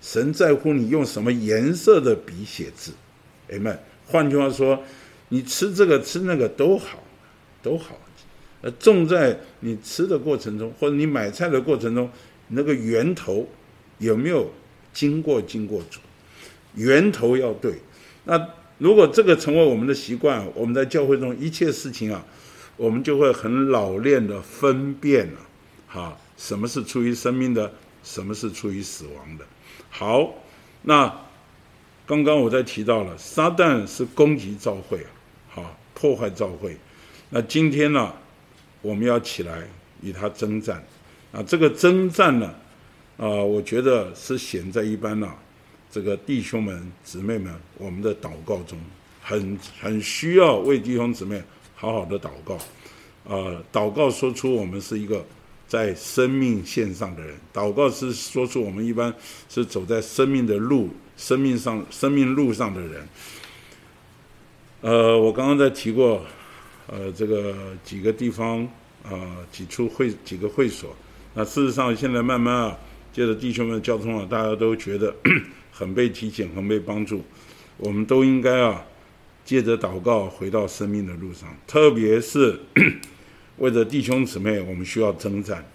神在乎你用什么颜色的笔写字。Amen。换句话说，你吃这个吃那个都好，都好。重在你吃的过程中，或者你买菜的过程中，那个源头有没有经过主？源头要对。那如果这个成为我们的习惯，我们在教会中一切事情啊，我们就会很老练的分辨了，什么是出于生命的，什么是出于死亡的。好，那刚刚我在提到了，撒旦是攻击教会破坏教会。那今天呢，我们要起来与他征战。这个征战呢，我觉得是显在一般这个弟兄们姊妹们，我们的祷告中，很需要为弟兄姊妹好好的祷告。祷告说出我们是一个在生命线上的人，祷告是说出我们一般是走在生命的路、生命路上的人。我刚刚在提过，这个几个地方几个会所。那事实上现在慢慢借着弟兄们的交通大家都觉得很被提醒，很被帮助。我们都应该借着祷告回到生命的路上，特别是为着弟兄姊妹，我们需要征战。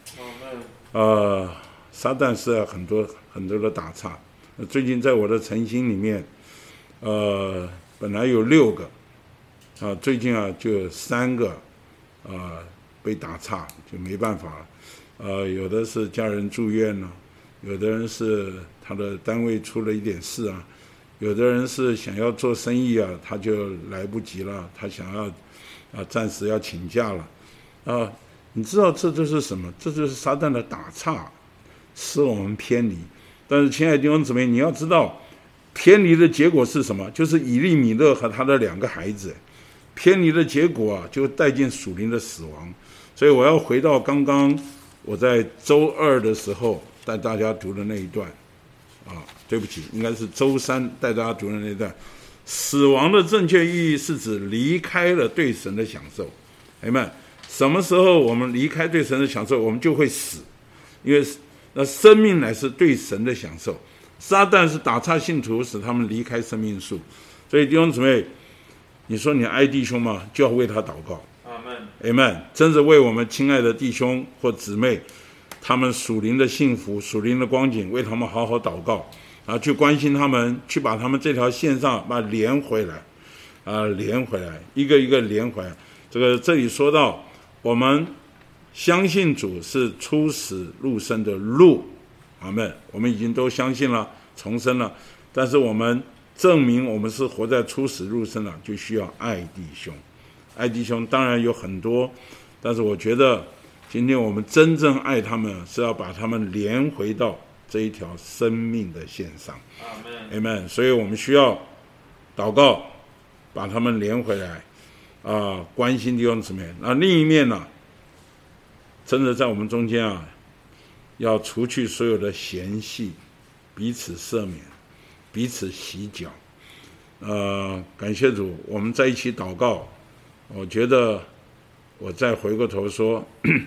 撒旦是很多的打岔。最近在我的晨星里面，本来有6个，最近就有3个被打岔，就没办法了。有的是家人住院了，有的人是他的单位出了一点事有的人是想要做生意他就来不及了，他想要暂时要请假了你知道这就是什么？这就是撒旦的打岔，使我们偏离。但是亲爱的弟兄姊妹，你要知道偏离的结果是什么？就是以利米勒和他的2个孩子，偏离的结果就带进属灵的死亡。所以我要回到刚刚我在周2的时候带大家读的那一段对不起，应该是周3带大家读的那一段。死亡的正确意义是指离开了对神的享受。Amen。什么时候我们离开对神的享受，我们就会死，因为那生命乃是对神的享受。撒旦是打岔信徒，使他们离开生命树。所以弟兄姊妹，你说你爱弟兄吗？就要为他祷告。Amen。真是为我们亲爱的弟兄或姊妹，他们属灵的幸福、属灵的光景，为他们好好祷告，去关心他们，去把他们这条线上把它连回来，连回来，一个一个连回来。这里说到，我们相信主是出死入生的路，阿们。我们已经都相信了，重生了，但是我们证明我们是活在出死入生了，就需要爱弟兄。爱弟兄当然有很多，但是我觉得今天我们真正爱他们，是要把他们连回到这一条生命的线上。Amen。所以我们需要祷告，把他们连回来，关心弟兄姊妹。那另一面呢，真的在我们中间要除去所有的嫌隙，彼此赦免，彼此洗脚。感谢主，我们在一起祷告。我觉得我再回过头说，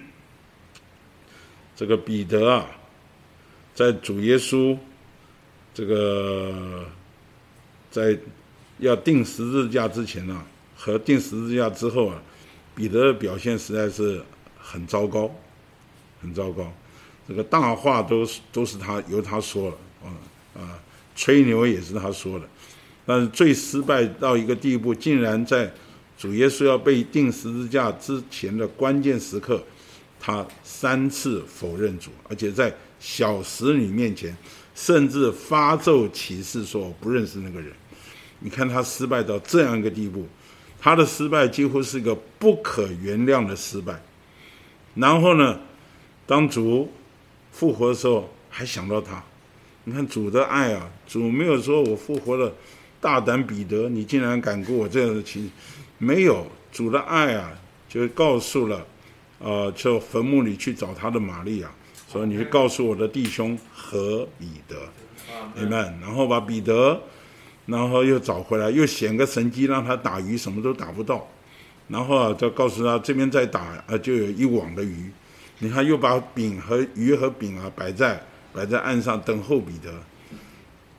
这个彼得在主耶稣在要钉十字架之前和钉十字架之后彼得的表现实在是很糟糕，很糟糕。这个大话都是由他说了，吹牛也是他说的，但是最失败到一个地步，竟然在主耶稣要被钉十字架之前的关键时刻，他3次否认主，而且在小使女面前甚至发咒起誓说我不认识那个人。你看他失败到这样一个地步，他的失败几乎是一个不可原谅的失败。然后呢，当主复活的时候还想到他。你看主的爱主没有说我复活了，大胆彼得你竟然敢跟我这样的情，没有。主的爱就告诉了就坟墓里去找他的玛利亚，说你去告诉我的弟兄和彼得。Amen。然后把彼得然后又找回来，又显个神迹让他打鱼，什么都打不到，然后就告诉他这边再打就有1网的鱼。你看又把鱼和饼摆在岸上等候彼得。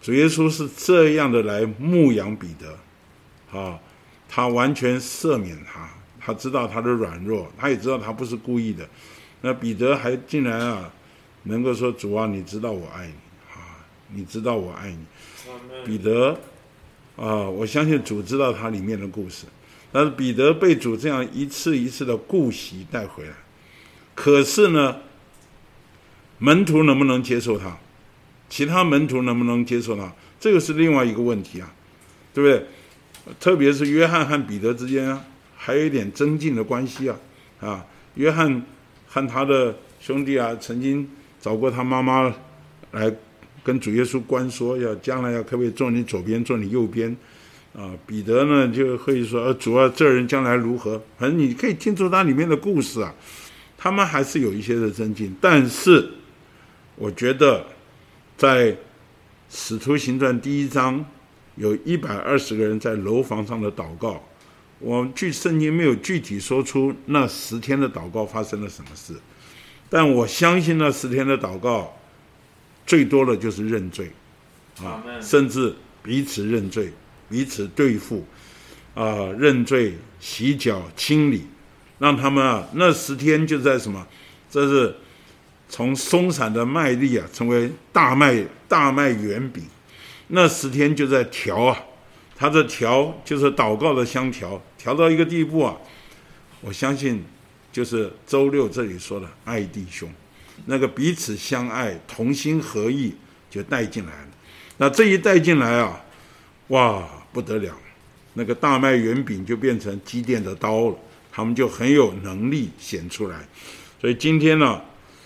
主耶稣是这样的来牧养彼得，他完全赦免他，他知道他的软弱，他也知道他不是故意的。那彼得还竟然能够说：“主啊，你知道我爱你你知道我爱你。”彼得我相信主知道他里面的故事，但是彼得被主这样一次一次的顾惜带回来。可是呢，门徒能不能接受他？其他门徒能不能接受他？这个是另外一个问题对不对？特别是约翰和彼得之间还有一点增进的关系约翰和他的兄弟曾经找过他妈妈来跟主耶稣关说，将来可不可以坐你左边，坐你右边彼得呢就会说：“主啊，这人将来如何？”反正你可以听出他里面的故事他们还是有一些的增进。但是我觉得在使徒行传第1章有120个人在楼房上的祷告，我们据圣经没有具体说出那10天的祷告发生了什么事，但我相信那10天的祷告最多的就是认罪甚至彼此认罪，彼此对付认罪、洗脚、清理，让他们那10天就在什么？这是从松散的麦粒成为大麦圆饼。那10天就在调他的调就是祷告的香调，调到一个地步我相信就是周6这里说的爱弟兄，那个彼此相爱、同心合意就带进来了。那这一带进来哇，不得了，那个大麦圆饼就变成基甸的刀了，他们就很有能力显出来。所以今天呢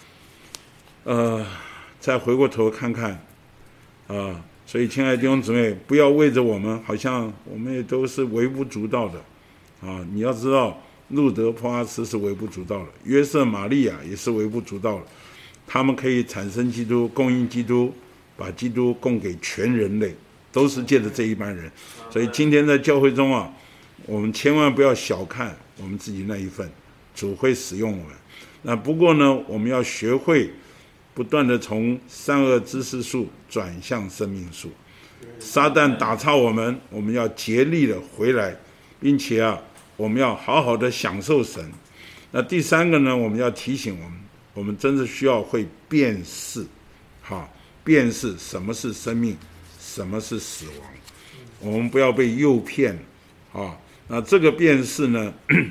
再回过头看看所以亲爱的弟兄姊妹，不要为着我们好像我们也都是微不足道的你要知道路德波阿斯是微不足道的，约瑟玛利亚也是微不足道的，他们可以产生基督，供应基督，把基督供给全人类，都是借着这一班人。所以今天在教会中我们千万不要小看我们自己那一份，主会使用我们。那不过呢，我们要学会不断的从善恶知识树转向生命树。撒旦打岔我们要竭力的回来，并且我们要好好的享受神。那第3个呢，我们要提醒我们真的需要会辨识辨识什么是生命，什么是死亡，我们不要被诱骗那这个辨识呢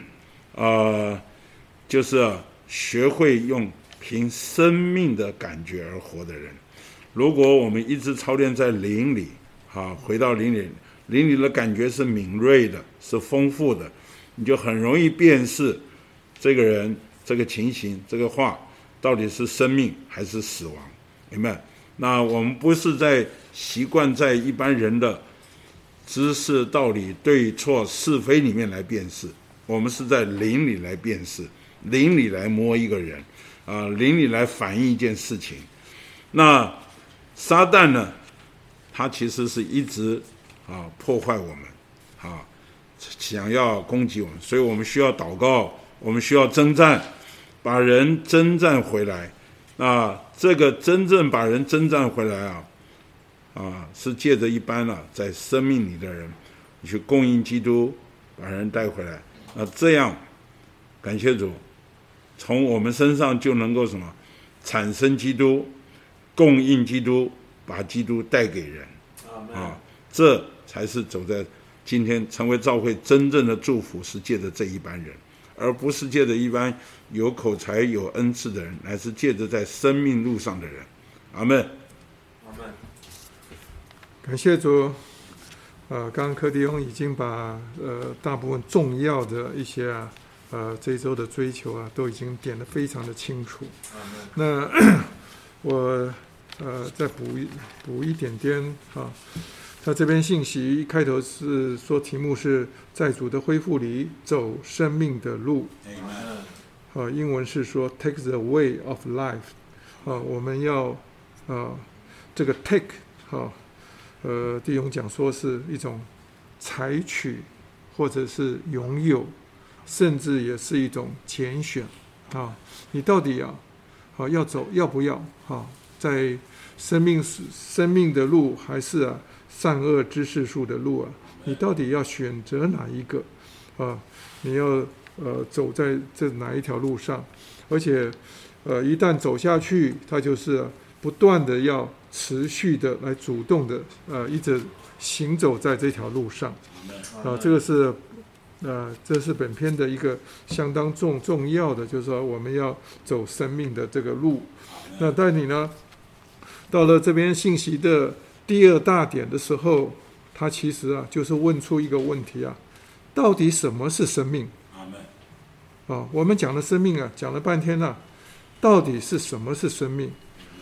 就是学会用凭生命的感觉而活的人。如果我们一直操练在灵里回到灵里的感觉是敏锐的，是丰富的，你就很容易辨识这个人、这个情形、这个话到底是生命还是死亡。明白？那我们不是在习惯在一般人的知识、道理、对错、是非里面来辨识，我们是在灵里来辨识，灵里来摸一个人灵里来反映一件事情。那撒旦呢，他其实是一直破坏我们想要攻击我们，所以我们需要祷告，我们需要征战，把人征战回来。那这个真正把人征战回来是借着一般在生命里的人去供应基督，把人带回来。那这样感谢主，从我们身上就能够什么产生基督，供应基督，把基督带给人这才是走在今天成为教会真正的祝福，是借着这一班人，而不是借着一般有口才有恩赐的人，乃是借着在生命路上的人。阿们， 阿们。 感谢主。刚刚柯弟兄已经把大部分重要的一些这一周的追求都已经点得非常的清楚。那我再补一点点他这边信息一开头是说题目是在主的恢复里走生命的路。英文是说 take the way of life。我们要这个 take 弟兄讲说是一种采取或者是拥有，甚至也是一种拣选你到底要走要不要在生命的路，还是啊善恶知识树的路啊？你到底要选择哪一个啊？你要走在这哪一条路上？而且一旦走下去，它就是不断的要持续的来主动的一直行走在这条路上啊。这是本篇的一个相当重要的，就是说我们要走生命的这个路。那在你呢，到了这边信息的第二大点的时候，他其实啊就是问出一个问题啊，到底什么是生命？我们讲的生命啊，讲了半天啊，到底是什么是生命？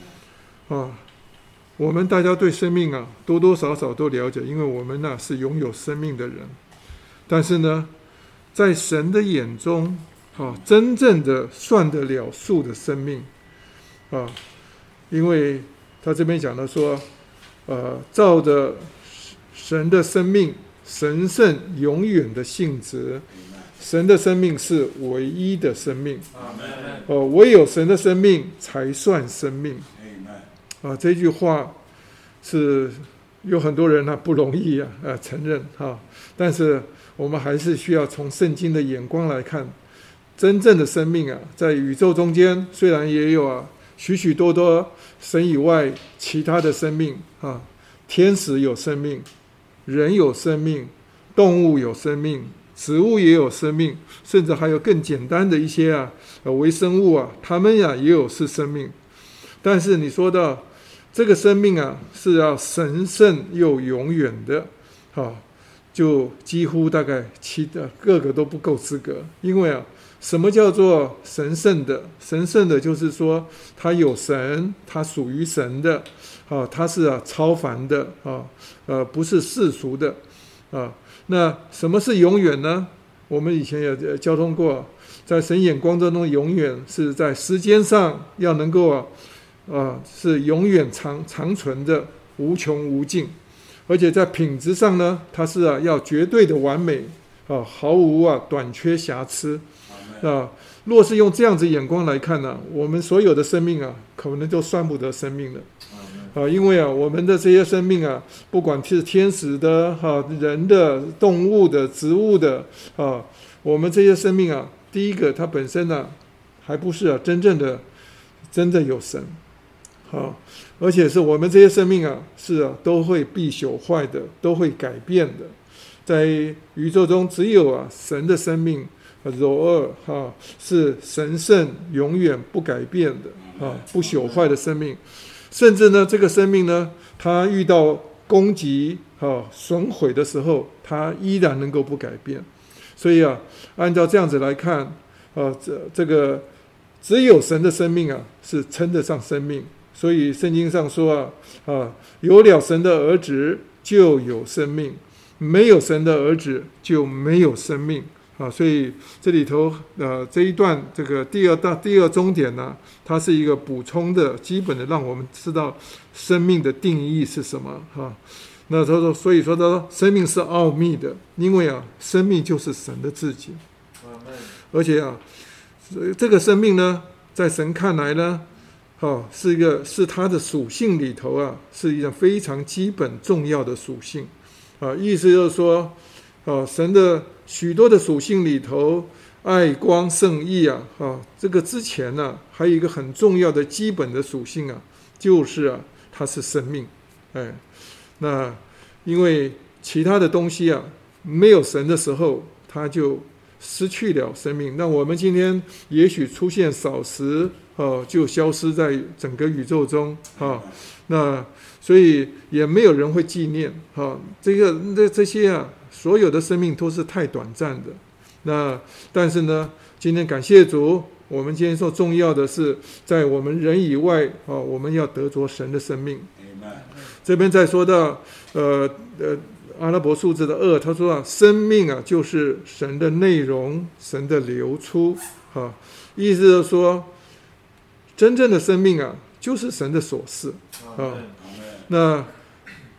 我们大家对生命啊多多少少都了解，因为我们呢是拥有生命的人。但是呢，在神的眼中真正的算得了数的生命因为他这边讲的说照着神的生命神圣永远的性质，神的生命是唯一的生命唯有神的生命才算生命这句话是有很多人不容易承认但是我们还是需要从圣经的眼光来看，真正的生命在宇宙中间虽然也有许许多多神以外其他的生命天使有生命，人有生命，动物有生命，植物也有生命，甚至还有更简单的一些微生物它们也有是生命。但是你说到这个生命是要神圣又永远的就几乎大概个个都不够资格。因为什么叫做神圣的？神圣的就是说它有神，它属于神的它是超凡的不是世俗的那什么是永远呢？我们以前也交通过，在神眼光中永远是在时间上要能够是永远长存的，无穷无尽。而且在品质上呢，它是要绝对的完美毫无短缺瑕疵若是用这样子眼光来看呢，我们所有的生命可能都算不得生命了因为我们的这些生命不管是天使的人的、动物的、植物的我们这些生命第一个它本身还不是真正有神而且是我们这些生命是都会必朽坏的，都会改变的。在宇宙中只有神的生命柔二是神圣永远不改变的不朽坏的生命。甚至呢这个生命呢，它遇到攻击损毁的时候，它依然能够不改变。所以按照这样子来看这个只有神的生命是称得上生命。所以圣经上说有了神的儿子就有生命，没有神的儿子就没有生命所以这里头这一段这个第二中点呢，它是一个补充的基本的，让我们知道生命的定义是什么那他说，所以说他生命是奥秘的，因为生命就是神的自己而且这个生命呢，在神看来呢是它的属性里头是一个非常基本重要的属性意思就是说神的许多的属性里头，爱光圣义这个之前还有一个很重要的基本的属性就是它是生命那因为其他的东西没有神的时候，它就失去了生命。那我们今天也许出现少时就消失在整个宇宙中那所以也没有人会纪念这些所有的生命都是太短暂的。那但是呢，今天感谢主，我们今天说重要的是在我们人以外我们要得着神的生命。这边再说到阿拉伯数字的2，他说生命就是神的内容，神的流出意思就是说真正的生命就是神的所示那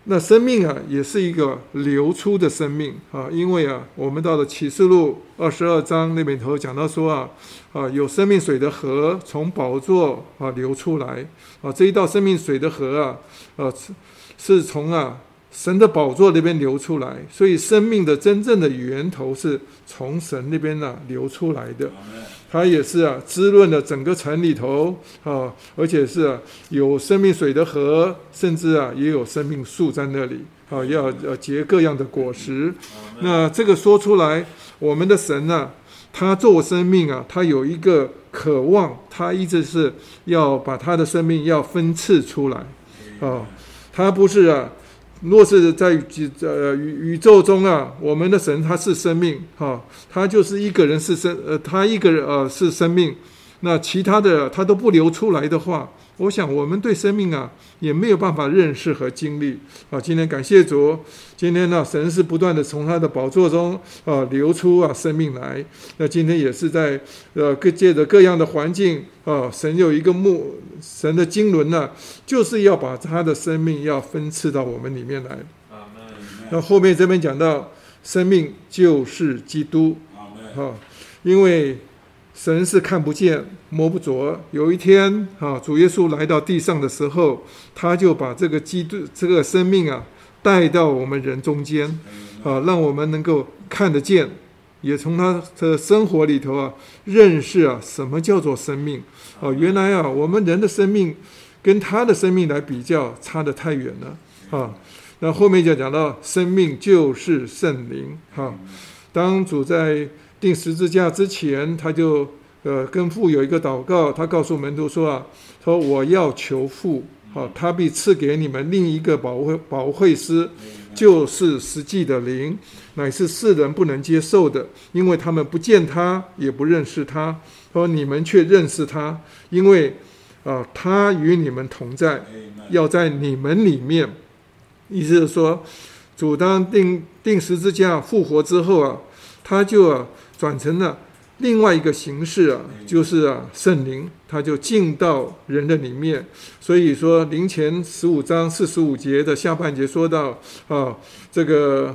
那生命啊，也是一个流出的生命啊，因为啊，我们到了启示录22章那边头讲到说有生命水的河从宝座流出来啊，这一道生命水的河是从神的宝座那边流出来，所以生命的真正的源头是从神那边流出来的。它也是滋润了整个城里头而且是有生命水的河，甚至也有生命树在那里要结各样的果实。那这个说出来，我们的神他做生命他有一个渴望，他一直是要把他的生命要分赐出来他不是若是在宇宙中我们的神他是生命他就是一个人是他一个人是生命，那其他的他都不流出来的话，我想我们对生命也没有办法认识和经历今天感谢主，今天神是不断的从他的宝座中流出生命来。那今天也是在借着各样的环境神有一个神的经纶就是要把他的生命要分赐到我们里面来。那后面这边讲到生命就是基督因为神是看不见摸不着，有一天主耶稣来到地上的时候，他就把这个基督这个生命带到我们人中间让我们能够看得见，也从他的生活里头认识什么叫做生命原来我们人的生命跟他的生命来比较差得太远了那后面就讲到生命就是圣灵当主在钉十字架之前，他就跟父有一个祷告，他告诉门徒说我要求父他必赐给你们另一个保惠师，就是实际的灵，乃是世人不能接受的，因为他们不见他，也不认识他。说你们却认识他，因为他与你们同在，要在你们里面。意思是说，主当钉十字架复活之后他就转成了另外一个形式就是圣灵，他就进到人的里面。所以说林前15章45节的下半节说到这个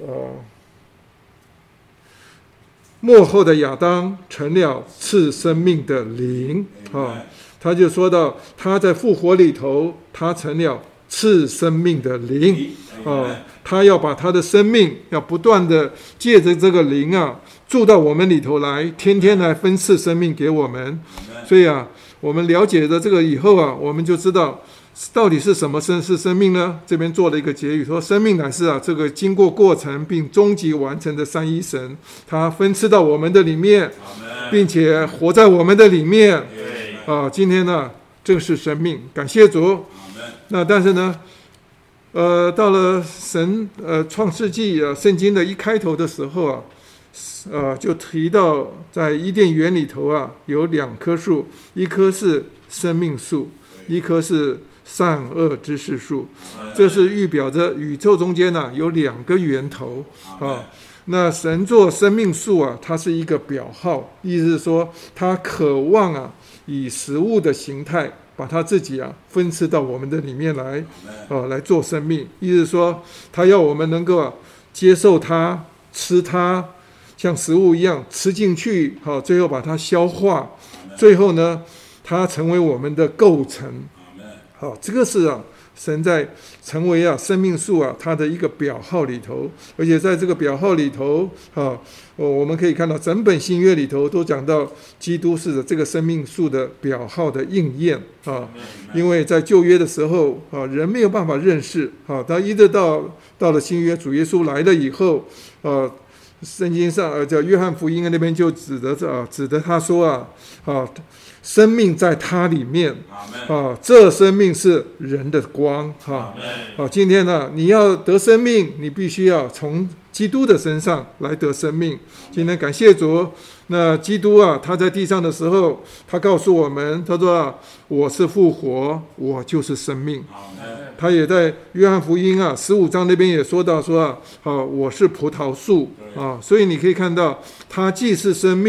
末后的亚当成了赐生命的灵他就说到他在复活里头，他成了赐生命的灵他要把他的生命要不断的借着这个灵住到我们里头来，天天来分赐生命给我们。所以我们了解了这个以后我们就知道到底是什么是生命呢？这边做了一个结语，说生命乃是这个经过过程并终极完成的三一神，他分赐到我们的里面，并且活在我们的里面今天这个是生命，感谢主。那但是呢到了神创世纪圣经的一开头的时候就提到在伊甸园里头有2棵树，一棵是生命树，一棵是善恶知识树，这是预表着宇宙中间有2个源头那神做生命树它是一个表号，意思是说他渴望以食物的形态把他自己分赐到我们的里面来来做生命。意思是说他要我们能够接受它，吃它，像食物一样吃进去最后把它消化，最后呢它成为我们的构成这个是神在成为生命树它的一个表号里头。而且在这个表号里头我们可以看到整本新约里头都讲到基督是这个生命树的表号的应验因为在旧约的时候人没有办法认识但一直到了新约，主耶稣来了以后圣经上叫约翰福音那边就指得他说生命在他里面这生命是人的光今天你要得生命，你必须要从基督的身上来得生命。今天感谢主，那基督他在地上的时候，他告诉我们，他说我是复活，我就是生命。他也在约翰福音15章那边也说到说我是葡萄树所以你可以看到他既是生命，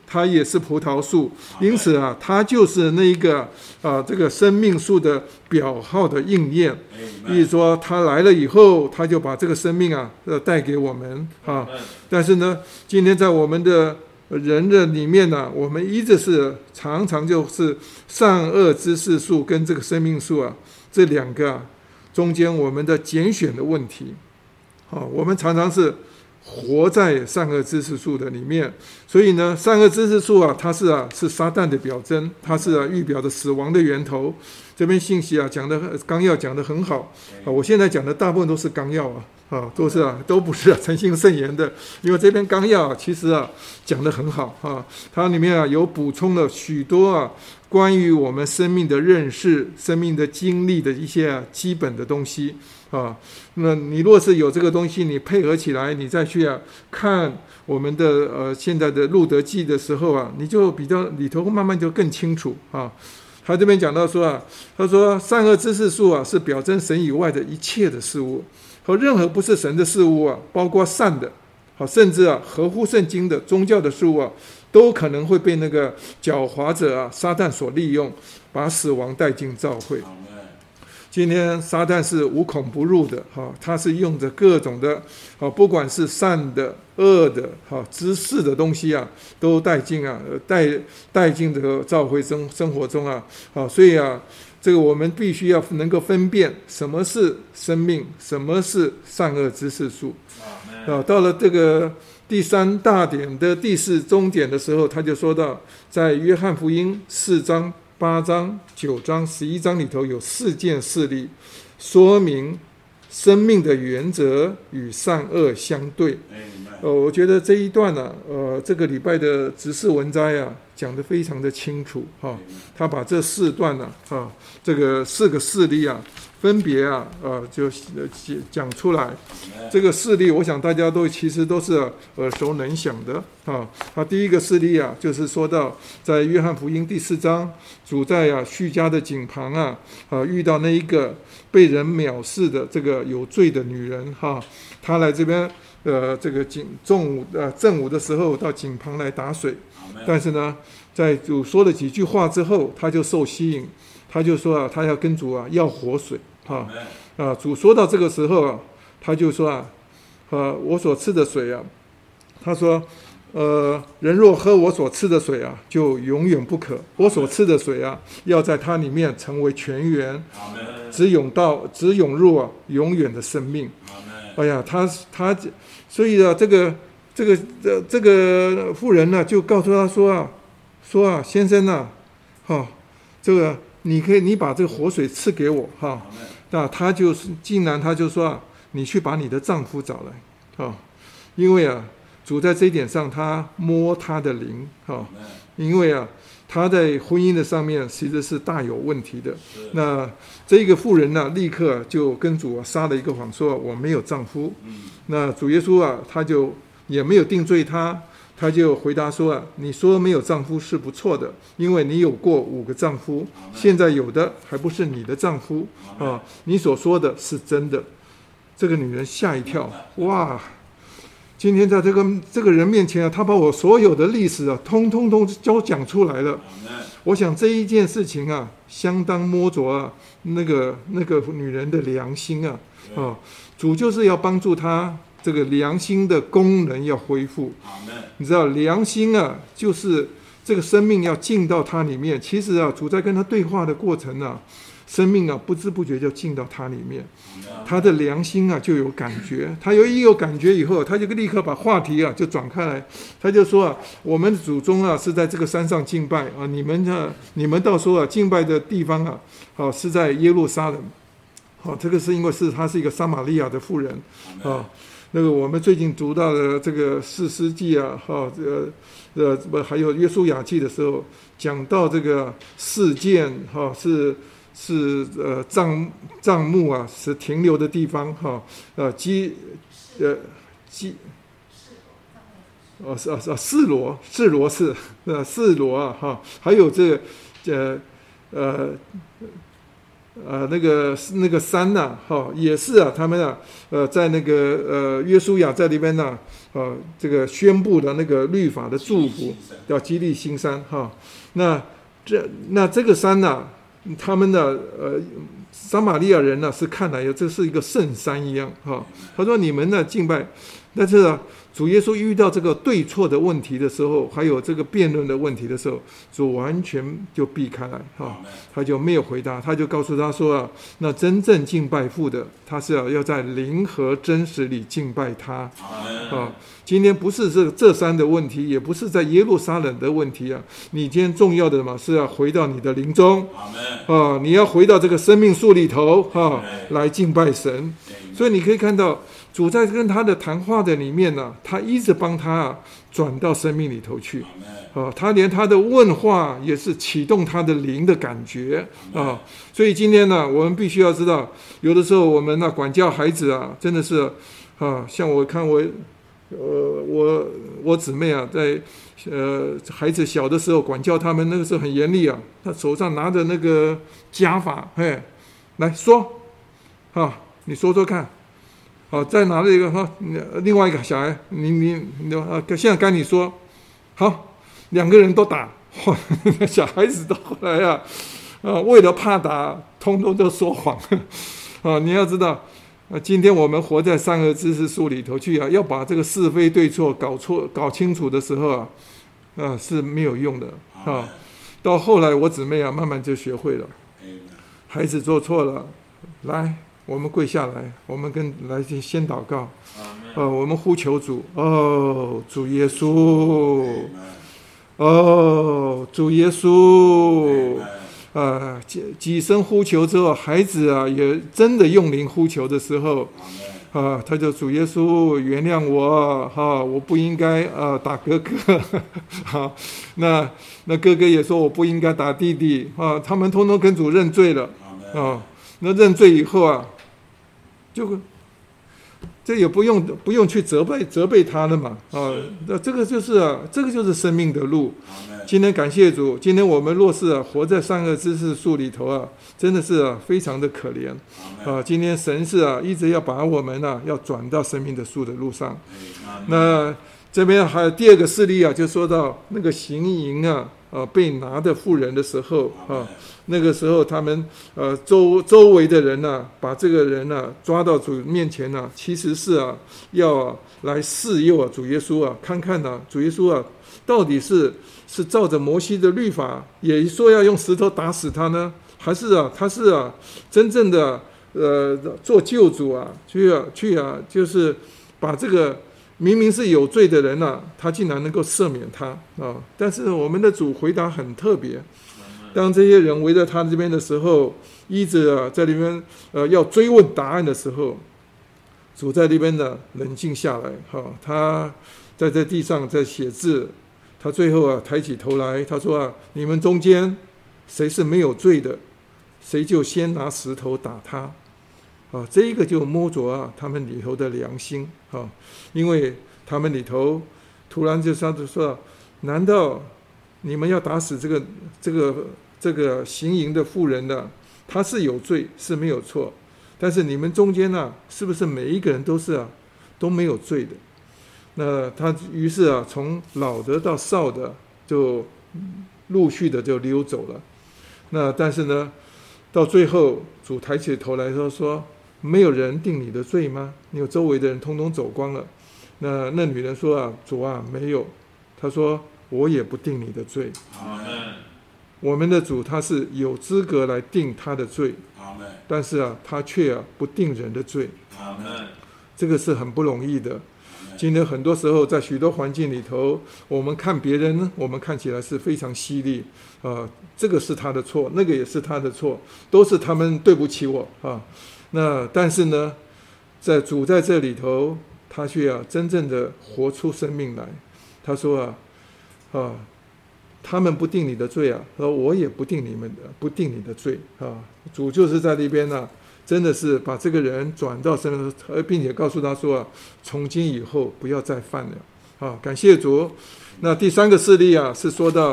它也是葡萄树，因此啊，它就是那一个这个生命树的表号的应验。比如说，它来了以后，它就把这个生命啊带给我们啊。但是呢，今天在我们的人的里面呢，我们一直是常常就是善恶知识树跟这个生命树啊这两个中间我们的拣选的问题。我们常常是活在善恶知识树的里面，所以呢，善恶知识树啊，它是撒旦的表征，它是预表的死亡的源头。这边信息讲的纲要讲的很好我现在讲的大部分都是纲要都不是诚信圣言的，因为这篇纲要其实讲得很好它里面有补充了许多关于我们生命的认识、生命的经历的一些基本的东西那你若是有这个东西，你配合起来，你再去看我们的现在的路德记的时候你就比较里头慢慢就更清楚他这边讲到说他说善恶知识树是表征神以外的一切的事物。和任何不是神的事物包括善的甚至合乎圣经的宗教的事物都可能会被那个狡猾者撒旦所利用，把死亡带进教会。今天撒旦是无孔不入的他是用着各种的不管是善的恶的知识的东西都带进这个教会生活中所以这个我们必须要能够分辨什么是生命，什么是善恶知识树到了这个第三大点的第四中点的时候，他就说到在约翰福音4章8章9章11章里头有4件事例，说明生命的原则与善恶相对。我觉得这一段这个礼拜的执事文摘讲得非常的清楚他把这4段这个4个事例分别就讲出来。这个事例我想大家其实都是耳熟能详的他第一个事例就是说到在约翰福音第4章，主在叙加的井旁遇到那一个被人藐视的这个有罪的女人她来这边这个正午的时候到井旁来打水，但是呢，在主说了几句话之后，他就受吸引，他就说他要跟主要活水主说到这个时候他就说我所赐的水他说人若喝我所赐的水就永远不渴，我所赐的水要在它里面成为泉源，直涌入永远的生命。哎呀，他所以这个妇人就告诉他说先生这个你把这个活水赐给我那他就说你去把你的丈夫找来因为主在这一点上他摸他的灵因为他在婚姻的上面其实是大有问题的。那这个妇人立刻就跟主撒了一个谎，说我没有丈夫。那主耶稣他就也没有定罪他就回答说你说没有丈夫是不错的，因为你有过5个丈夫，现在有的还不是你的丈夫你所说的是真的。这个女人吓一跳，哇！今天在这个人面前他把我所有的历史通通都讲出来了。我想这一件事情相当摸着那个女人的良心主就是要帮助她这个良心的功能要恢复。你知道良心就是这个生命要进到她里面。其实主在跟她对话的过程生命不知不觉就进到他里面，他的良心就有感觉。他一有感觉以后，他就立刻把话题就转开来。他就说我们祖宗是在这个山上敬拜你们到时候敬拜的地方是在耶路撒冷。这个是因为她是一个撒玛利亚的妇人那个我们最近读到的这个士师记还有约书亚记的时候，讲到这个事件是帐幕是停留的地方示罗还有这个那个山呐，也是啊，他们啊，在那个约书亚在里边呢，这个宣布的那个律法的祝福，叫基利新山哈。那这个山呢，他们的撒玛利亚人呢是看来这是一个圣山一样哈。他说你们呢敬拜，但是啊，主耶稣遇到这个对错的问题的时候，还有这个辩论的问题的时候，主完全就避开来哈，他就没有回答，他就告诉他说啊，那真正敬拜父的，他是要在灵和真实里敬拜他啊。今天不是这山的问题，也不是在耶路撒冷的问题啊，你今天重要的嘛是要回到你的灵中啊，你要回到这个生命树里头啊，来敬拜神。所以你可以看到主在跟他的谈话的里面呢，他一直帮他转到生命里头去他连他的问话也是启动他的灵的感觉所以今天呢，我们必须要知道，有的时候我们管教孩子真的是像我看我姊妹在孩子小的时候管教他们，那个时候很严厉他手上拿着那个家法，来说你说说看，再拿了一个另外一个小孩，你现在该你说，好，两个人都打，小孩子到后来为了怕打，通通都说谎你要知道。今天我们活在善恶知识树里头去要把这个是非对错搞清楚的时候是没有用的到后来我姊妹慢慢就学会了，孩子做错了，来，我们跪下来，我们来先祷告我们呼求主主耶稣主耶稣几声呼求之后，孩子也真的用灵呼求的时候他就主耶稣原谅我我不应该打哥哥那哥哥也说我不应该打弟弟他们通通跟主认罪了那认罪以后这也不用去责备他了嘛那这个就是生命的路。今天感谢主，今天我们若是活在善恶知识树里头真的是非常的可怜今天神是一直要把我们要转到生命的树的路上。那这边还有第二个事例就说到那个行淫被拿的妇人的时候那个时候他们周围的人把这个人抓到主面前其实是要来试诱主耶稣看看主耶稣到底是照着摩西的律法也说要用石头打死他呢，还是他是真正的做救主去就是把这个明明是有罪的人他竟然能够赦免他但是我们的主回答很特别，当这些人围着他这边的时候，一直在里面要追问答案的时候，主在那边冷静下来他在这地上在写字，他最后抬起头来，他说你们中间谁是没有罪的，谁就先拿石头打他这一个就摸着他们里头的良心因为他们里头突然就说，难道你们要打死这个行淫的妇人呢？他是有罪是没有错，但是你们中间是不是每一个人都没有罪的？那他于是从老的到少的就陆续的就溜走了。那但是呢，到最后主抬起头来说没有人定你的罪吗？你有周围的人通通走光了。那女人说主没有。他说我也不定你的罪。我们的主他是有资格来定他的罪，但是他却不定人的罪。这个是很不容易的。今天很多时候在许多环境里头，我们看别人呢，我们看起来是非常犀利这个是他的错，那个也是他的错，都是他们对不起我那但是呢，在主在这里头，他却真正的活出生命来。他说他们不定你的罪我也不定你的罪主就是在那边真的是把这个人转到生，并且告诉他说从今以后不要再犯了感谢主。那第三个事例是说到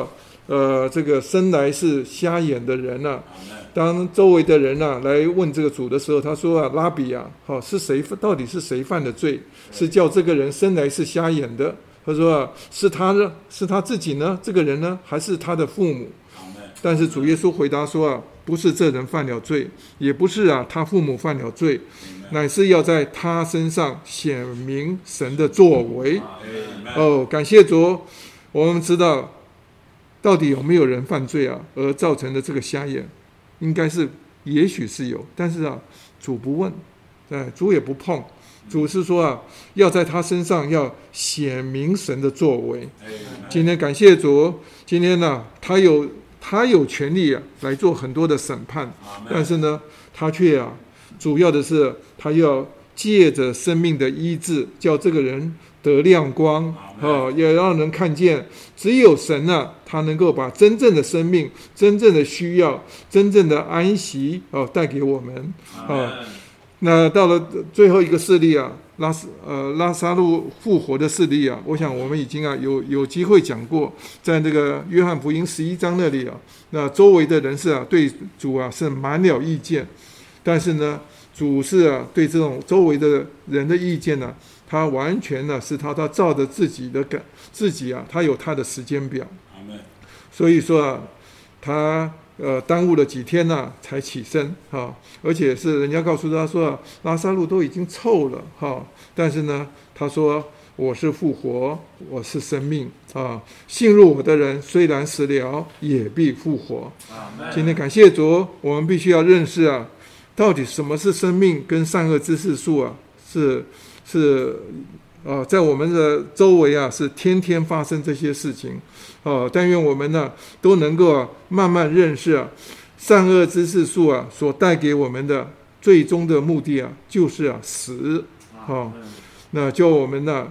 这个生来是瞎眼的人啊，当周围的人啊来问这个主的时候，他说啊，拉比啊，是谁到底是谁犯的罪，是叫这个人生来是瞎眼的？他说啊，是他自己呢，这个人呢，还是他的父母？但是主耶稣回答说啊，不是这人犯了罪，也不是啊他父母犯了罪，乃是要在他身上显明神的作为。感谢主，我们知道到底有没有人犯罪啊，而造成的这个瞎眼，应该是也许是有，但是啊，主不问，主也不碰。主是说啊，要在他身上要显明神的作为。今天感谢主，今天呢，他有权利啊来做很多的审判，但是呢，他却啊，主要的是他要借着生命的医治，叫这个人得亮光，也让人看见，只有神啊，他能够把真正的生命、真正的需要、真正的安息带给我们那到了最后一个事例啊，拉撒路复活的事例啊，我想我们已经啊有机会讲过，在那个约翰福音11章那里啊，那周围的人是啊对主啊是满了意见，但是呢，主是啊对这种周围的人的意见呢，他完全呢是他照着自己啊，他有他的时间表，所以说啊，他耽误了几天呢才起身而且是人家告诉他说拉撒路都已经臭了但是呢，他说我是复活，我是生命信入我的人虽然死了，也必复活。今天感谢主，我们必须要认识啊，到底什么是生命跟善恶知识树啊，是在我们的周围啊，是天天发生这些事情但愿我们呢都能够慢慢认识啊，善恶知识树啊所带给我们的最终的目的啊，就是死那叫我们呢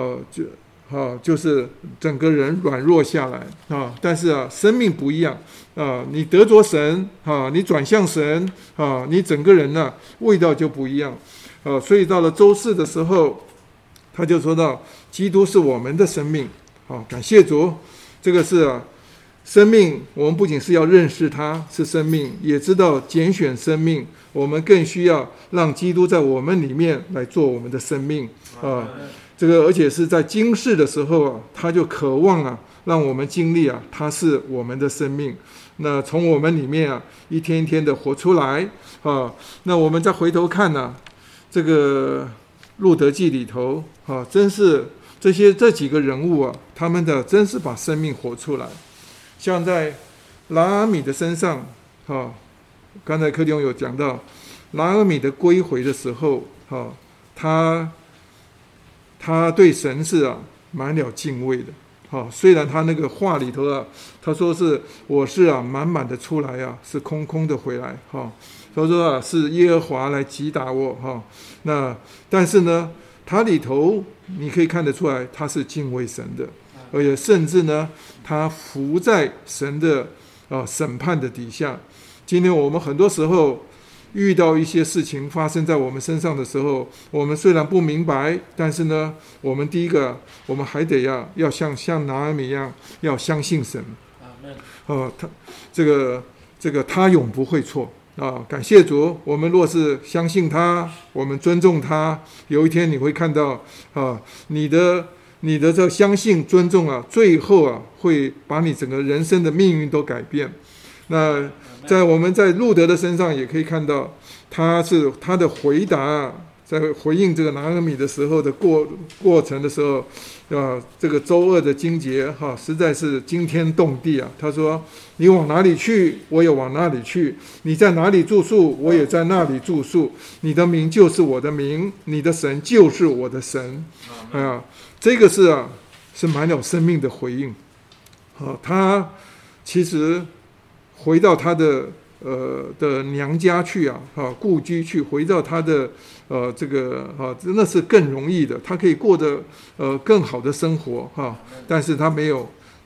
就是整个人软弱下来但是生命不一样你得着神你转向神你整个人呢味道就不一样所以到了周四的时候，他就说到基督是我们的生命感谢主，这个是生命，我们不仅是要认识他是生命，也知道拣选生命，我们更需要让基督在我们里面来做我们的生命这个而且是在今世的时候他就渴望让我们经历他是我们的生命，那从我们里面一天一天的活出来那我们再回头看这个路德记里头真是这几个人物他们的真是把生命活出来。像在拿阿米的身上刚才柯弟兄有讲到拿阿米的归回的时候他对神是满了敬畏的虽然他那个话里头他说是我是满满的出来是空空的回来他说是耶和华来击打我那但是呢，他里头你可以看得出来他是敬畏神的，而且甚至呢他服在神的审判的底下。今天我们很多时候遇到一些事情发生在我们身上的时候，我们虽然不明白，但是呢，我们第一个我们还得要像拿阿米一样要相信神他这个他永不会错感谢主，我们若是相信他，我们尊重他，有一天你会看到你的这相信尊重最后会把你整个人生的命运都改变。那我们在路德的身上也可以看到他的回答在回应这个拿俄米的时候的过程的时候这个周二的经节实在是惊天动地他说你往哪里去，我也往哪里去，你在哪里住宿，我也在那里住宿，你的名就是我的名，你的神就是我的神这个是满了生命的回应他其实回到他的娘家去故居去，回到他的这个那是更容易的，他可以过得更好的生活但是他没有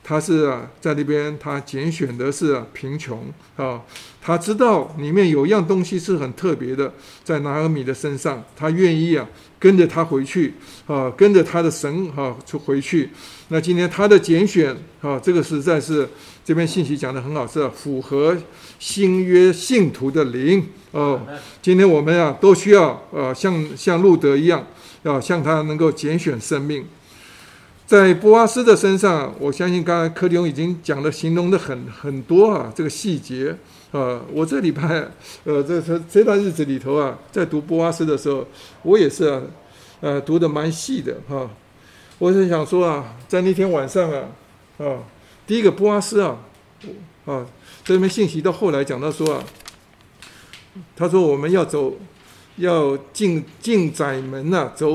他是在那边他拣选的是贫穷他知道里面有一样东西是很特别的，在拿俄米的身上，他愿意跟着他回去跟着他的神就回去。那今天他的拣选这个实在是这边信息讲得很好，是符合新约信徒的灵今天我们都需要像路德一样，要像他能够拣选生命。在波阿斯的身上，我相信刚才柯弟兄已经讲的形容的很多这个细节我这礼拜这段日子里头在读波阿斯的时候，我也是读的蛮细的我是想说在那天晚上第一个波阿斯这边信息到后来讲到说他说我们要进窄门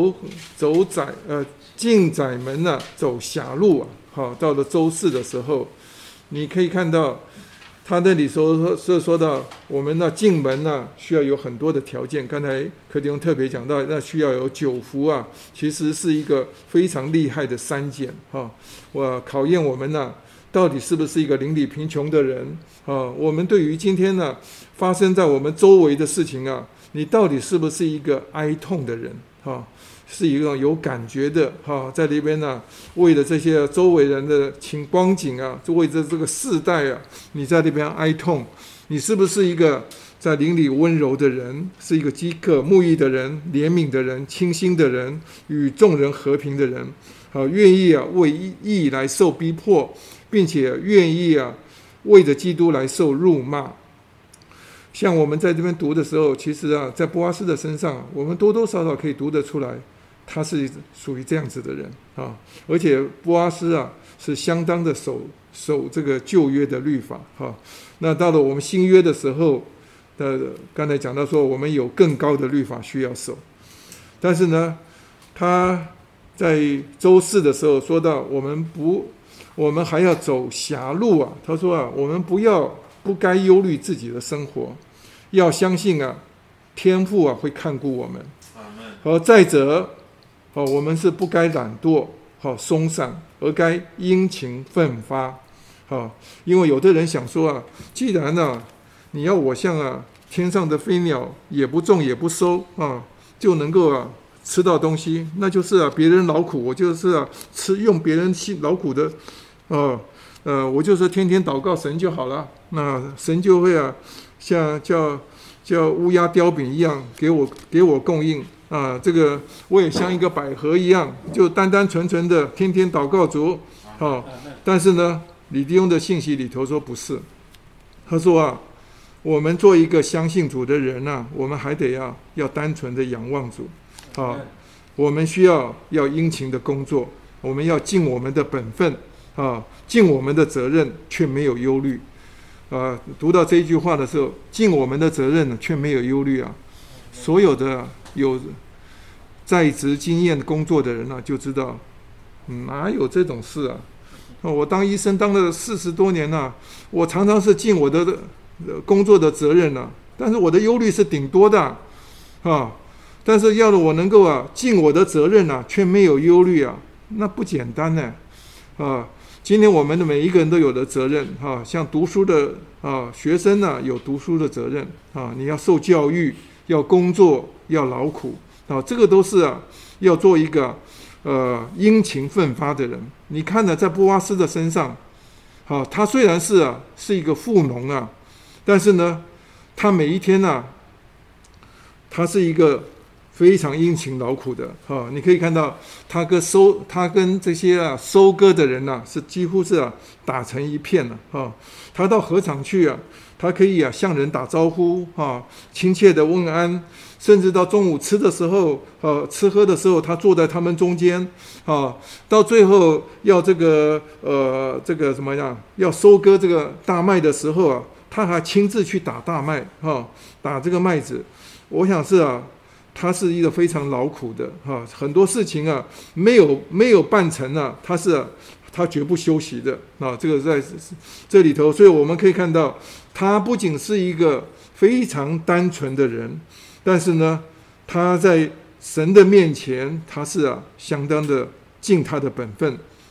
进窄门走狭路到了周四的时候，你可以看到他那里说到我们进门需要有很多的条件。刚才柯弟兄特别讲到，那需要有9福其实是一个非常厉害的筛检我考验我们到底是不是一个邻里贫穷的人我们对于今天发生在我们周围的事情你到底是不是一个哀痛的人是一个有感觉的在里边为了这些周围人的光景就为着这个世代你在那边哀痛。你是不是一个在邻里温柔的人，是一个饥渴慕义的人，怜悯的人，清心的人，与众人和平的人愿意为义来受逼迫，并且愿意为着基督来受辱骂。像我们在这边读的时候，其实在波阿斯的身上，我们多多少少可以读得出来，他是属于这样子的人而且波阿斯是相当的守这个旧约的律法那到了我们新约的时候刚才讲到说我们有更高的律法需要守，但是呢他在周四的时候说到我们还要走狭路他说我们不该忧虑自己的生活，要相信天父会看顾我们再者我们是不该懒惰松散，而该殷勤奋发因为有的人想说既然你要我像天上的飞鸟，也不种也不收就能够吃到东西，那就是别人劳苦，我就是用别人劳苦的我就是天天祷告神就好了，那神就会像叫乌鸦叼饼一样给我供应这个我也像一个百合一样，就单单纯纯的天天祷告主但是呢李弟兄的信息里头说不是，他说我们做一个相信主的人我们还得要单纯的仰望主我们需要殷勤的工作，我们要尽我们的本分尽我们的责任，却没有忧虑读到这一句话的时候，尽我们的责任却没有忧虑所有的有在职经验工作的人就知道哪有这种事我当医生当了40多年我常常是尽我的工作的责任但是我的忧虑是顶多的但是要我能够尽我的责任却没有忧虑那不简单呢今天我们的每一个人都有的责任像读书的学生有读书的责任你要受教育，要工作，要劳苦这个都是要做一个殷勤奋发的人。你看在波阿斯的身上他虽然是一个富农但是呢他每一天他是一个非常殷勤劳苦的你可以看到他跟这些收割的人是几乎是打成一片了他到禾场去他可以向人打招呼亲切的问安，甚至到中午吃的时候吃喝的时候他坐在他们中间到最后要这个怎么样要收割这个大麦的时候他还亲自去打大麦打这个麦子。我想是他是一个非常劳苦的很多事情没有办成他绝不休息的这个在这里头，所以我们可以看到他不仅是一个非常单纯的人，但是呢他在神的面前他是相当的尽他的本分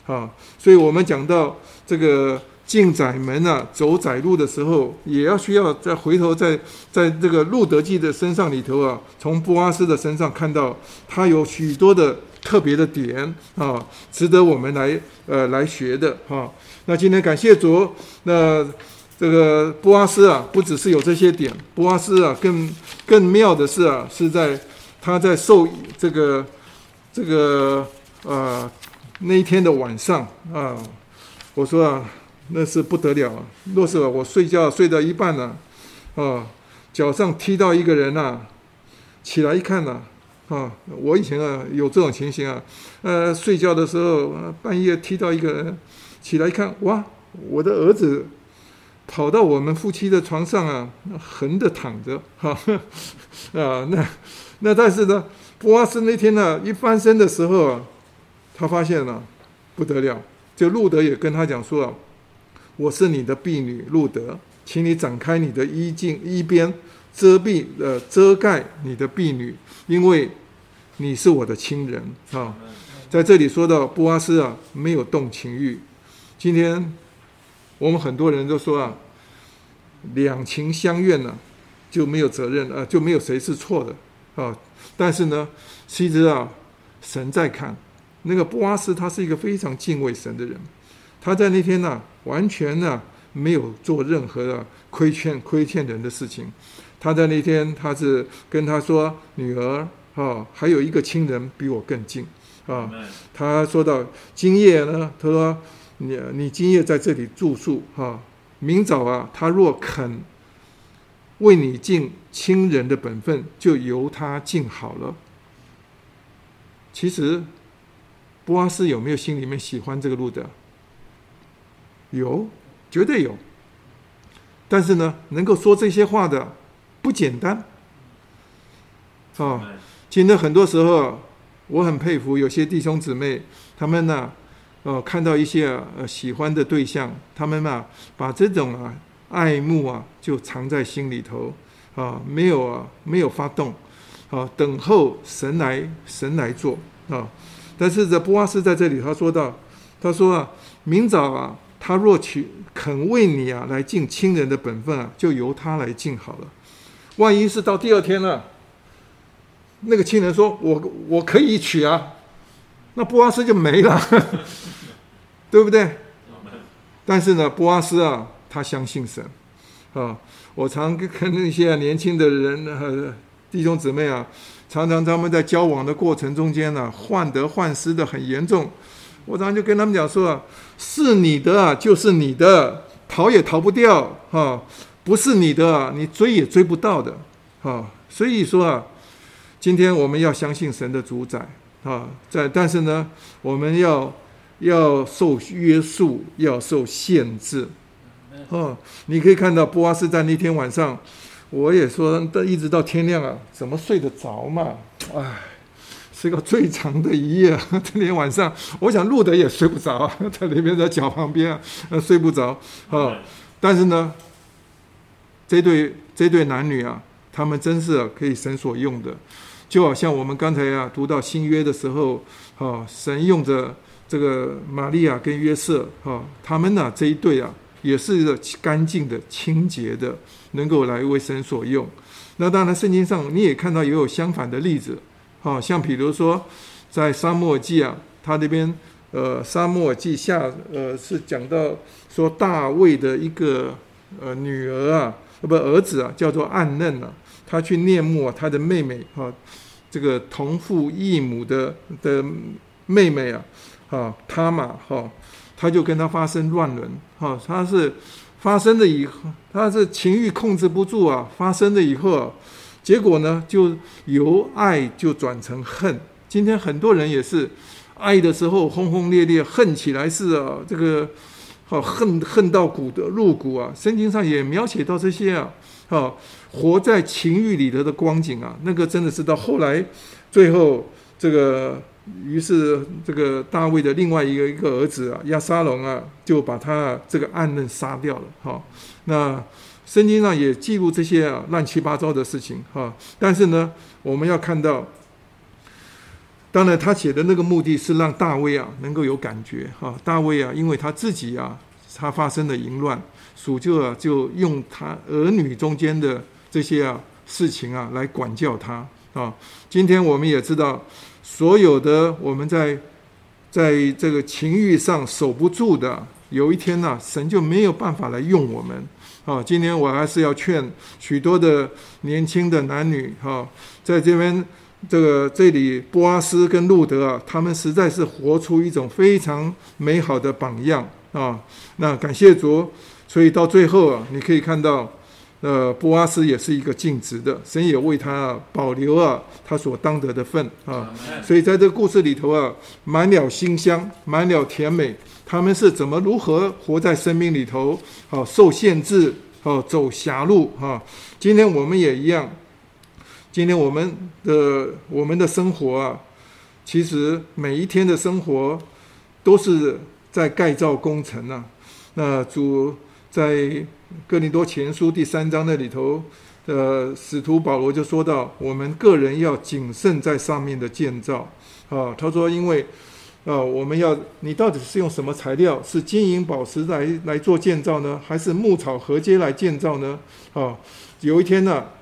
所以我们讲到这个进窄门啊，走窄路的时候，也需要再回头在这个路得记的身上里头啊，从波阿斯的身上看到他有许多的特别的点啊，值得我们来学的哈。那今天感谢主，那这个波阿斯啊，不只是有这些点，波阿斯啊，更妙的是啊，是在他在受这个那一天的晚上啊，我说啊，那是不得了啊！若是我睡觉睡到一半了脚上踢到一个人啊，起来一看我以前有这种情形睡觉的时候半夜踢到一个人，起来一看，哇，我的儿子跑到我们夫妻的床上横着躺着那但是呢，波阿斯那天一翻身的时候他发现了不得了，就路得也跟他讲说我是你的婢女路得，请你展开你的衣边遮盖你的婢女，因为你是我的亲人在这里说到波阿斯没有动情欲。今天我们很多人都说两情相悦就没有责任就没有谁是错的但是呢，其实神在看那个波阿斯，他是一个非常敬畏神的人，他在那天完全没有做任何的亏欠人的事情。他在那天他是跟他说，女儿还有一个亲人比我更近他说到今夜呢，他说你今夜在这里住宿明早他若肯为你尽亲人的本分，就由他尽好了。其实波阿斯有没有心里面喜欢这个路得？有，绝对有。但是呢，能够说这些话的不简单今天很多时候我很佩服有些弟兄姊妹，他们看到一些喜欢的对象，他们把这种爱慕就藏在心里头没有发动等候神来做但是这波阿斯在这里他说明早他若肯为你来尽亲人的本分就由他来尽好了。万一是到第二天了，那个亲人说我可以娶那波阿斯就没了对不对？但是呢，波阿斯他相信神我常跟那些年轻的人弟兄姊妹常常他们在交往的过程中间患得患失的很严重。我常常就跟他们讲说是你的就是你的，逃也逃不掉不是你的你追也追不到的所以说今天我们要相信神的主宰但是呢，我们要受约束，要受限制你可以看到波阿斯在那天晚上，我也说一直到天亮怎么睡得着嘛？是个最长的一夜那天晚上，我想路得也睡不着在那边在脚旁边睡不着但是呢，这对男女他们真是可以神所用的。就好像我们刚才读到新约的时候神用着这个玛利亚跟约瑟他们这一对也是干净的清洁的，能够来为神所用。那当然圣经上你也看到也有相反的例子像比如说在撒母耳记他那边撒母耳记下是讲到说大卫的一个女儿儿子叫做暗嫩他去念慕他的妹妹这个同父异母的妹妹他玛他就跟他发生乱伦他是发生了以后，他是情欲控制不住发生了以后结果呢就由爱就转成恨。今天很多人也是爱的时候轰轰烈烈，恨起来是这个恨到入骨圣经上也描写到这些活在情欲里的光景那个真的是到后来最后这个于是这个大卫的另外一个儿子押沙龙就把他这个暗嫩杀掉了那圣经上也记录这些乱七八糟的事情但是呢，我们要看到当然他写的那个目的是让大卫啊能够有感觉大卫啊，因为他自己啊他发生了淫乱，主就用他儿女中间的这些事情来管教他今天我们也知道，所有的我们在这个情欲上守不住的，有一天神就没有办法来用我们今天我还是要劝许多的年轻的男女在这边这里波阿斯跟路德他们实在是活出一种非常美好的榜样那感谢主，所以到最后你可以看到波阿斯也是一个尽职的，神也为他保留他所当得的份所以在这个故事里头满了馨香，满了甜美，他们是如何活在生命里头受限制走狭路今天我们也一样，今天我们的生活其实每一天的生活都是在盖造工程那主在哥林多前书第3章那里头使徒保罗就说到，我们个人要谨慎在上面的建造他说因为我们你到底是用什么材料？是金银宝石来做建造呢，还是木草禾秸来建造呢有一天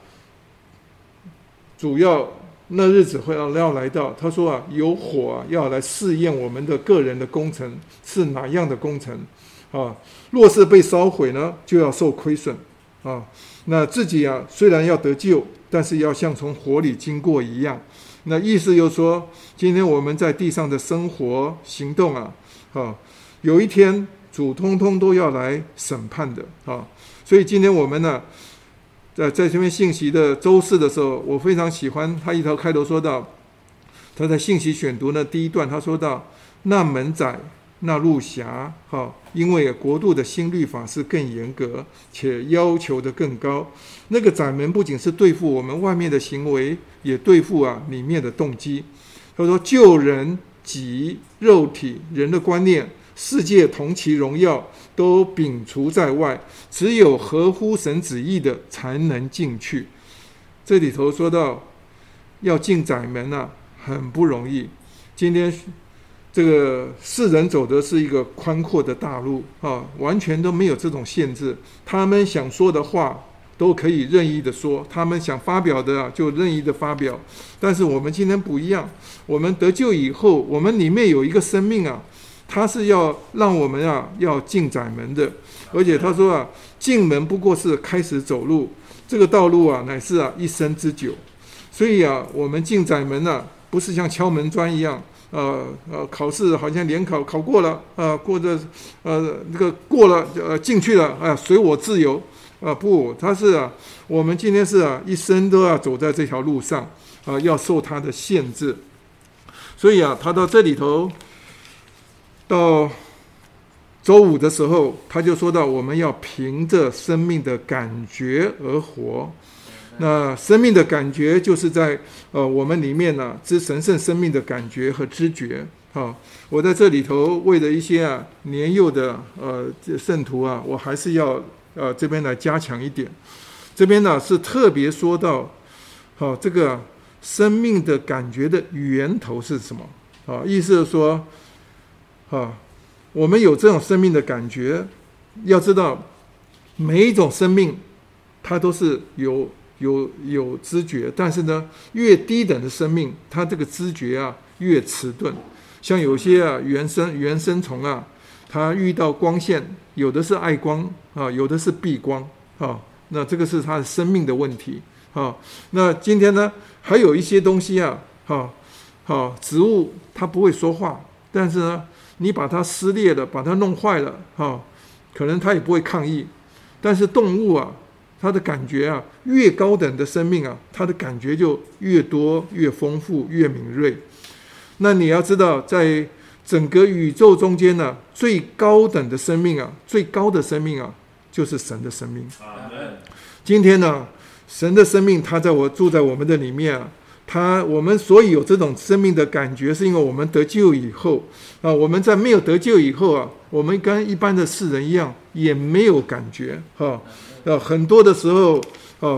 主要那日子要来到，他说有火要来试验我们的个人的工程是哪样的工程若是被烧毁呢，就要受亏损那自己虽然要得救，但是要像从火里经过一样。那意思就是说，今天我们在地上的生活行动有一天主通通都要来审判的所以今天我们在这边信息的周四的时候，我非常喜欢他一开头说到，他在信息选读的第一段，他说到那门窄那路狭因为国度的新律法是更严格且要求的更高，那个窄门不仅是对付我们外面的行为，也对付里面的动机。他说救人己肉体人的观念，世界同其荣耀都摒除在外，只有合乎神旨意的才能进去。这里头说到要进窄门很不容易。今天这个世人走的是一个宽阔的大路完全都没有这种限制，他们想说的话都可以任意的说，他们想发表的就任意的发表。但是我们今天不一样，我们得救以后，我们里面有一个生命他是要让我们要进窄门的。而且他说进门不过是开始走路，这个道路乃是一生之久。所以我们进窄门不是像敲门砖一样考试好像联考过了过着这个过了进去了随我自由不，他是我们今天是一生都要走在这条路上要受他的限制。所以他到这里头到周五的时候，他就说到我们要凭着生命的感觉而活。那生命的感觉就是在我们里面之神圣生命的感觉和知觉我在这里头为了一些年幼的圣徒我还是要这边来加强一点。这边是特别说到这个生命的感觉的源头是什么意思是说我们有这种生命的感觉，要知道每一种生命它都是有知觉，但是呢越低等的生命它这个知觉越迟钝。像有些原生虫它遇到光线，有的是爱光有的是避光那这个是它的生命的问题那今天呢还有一些东西植物它不会说话，但是呢你把它撕裂了，把它弄坏了可能它也不会抗议。但是动物它的感觉越高等的生命它的感觉就越多越丰富越敏锐。那你要知道在整个宇宙中间最高等的生命最高的生命就是神的生命。今天神的生命它住在我们的里面我们所以有这种生命的感觉，是因为我们得救以后我们在没有得救以后我们跟一般的世人一样也没有感觉很多的时候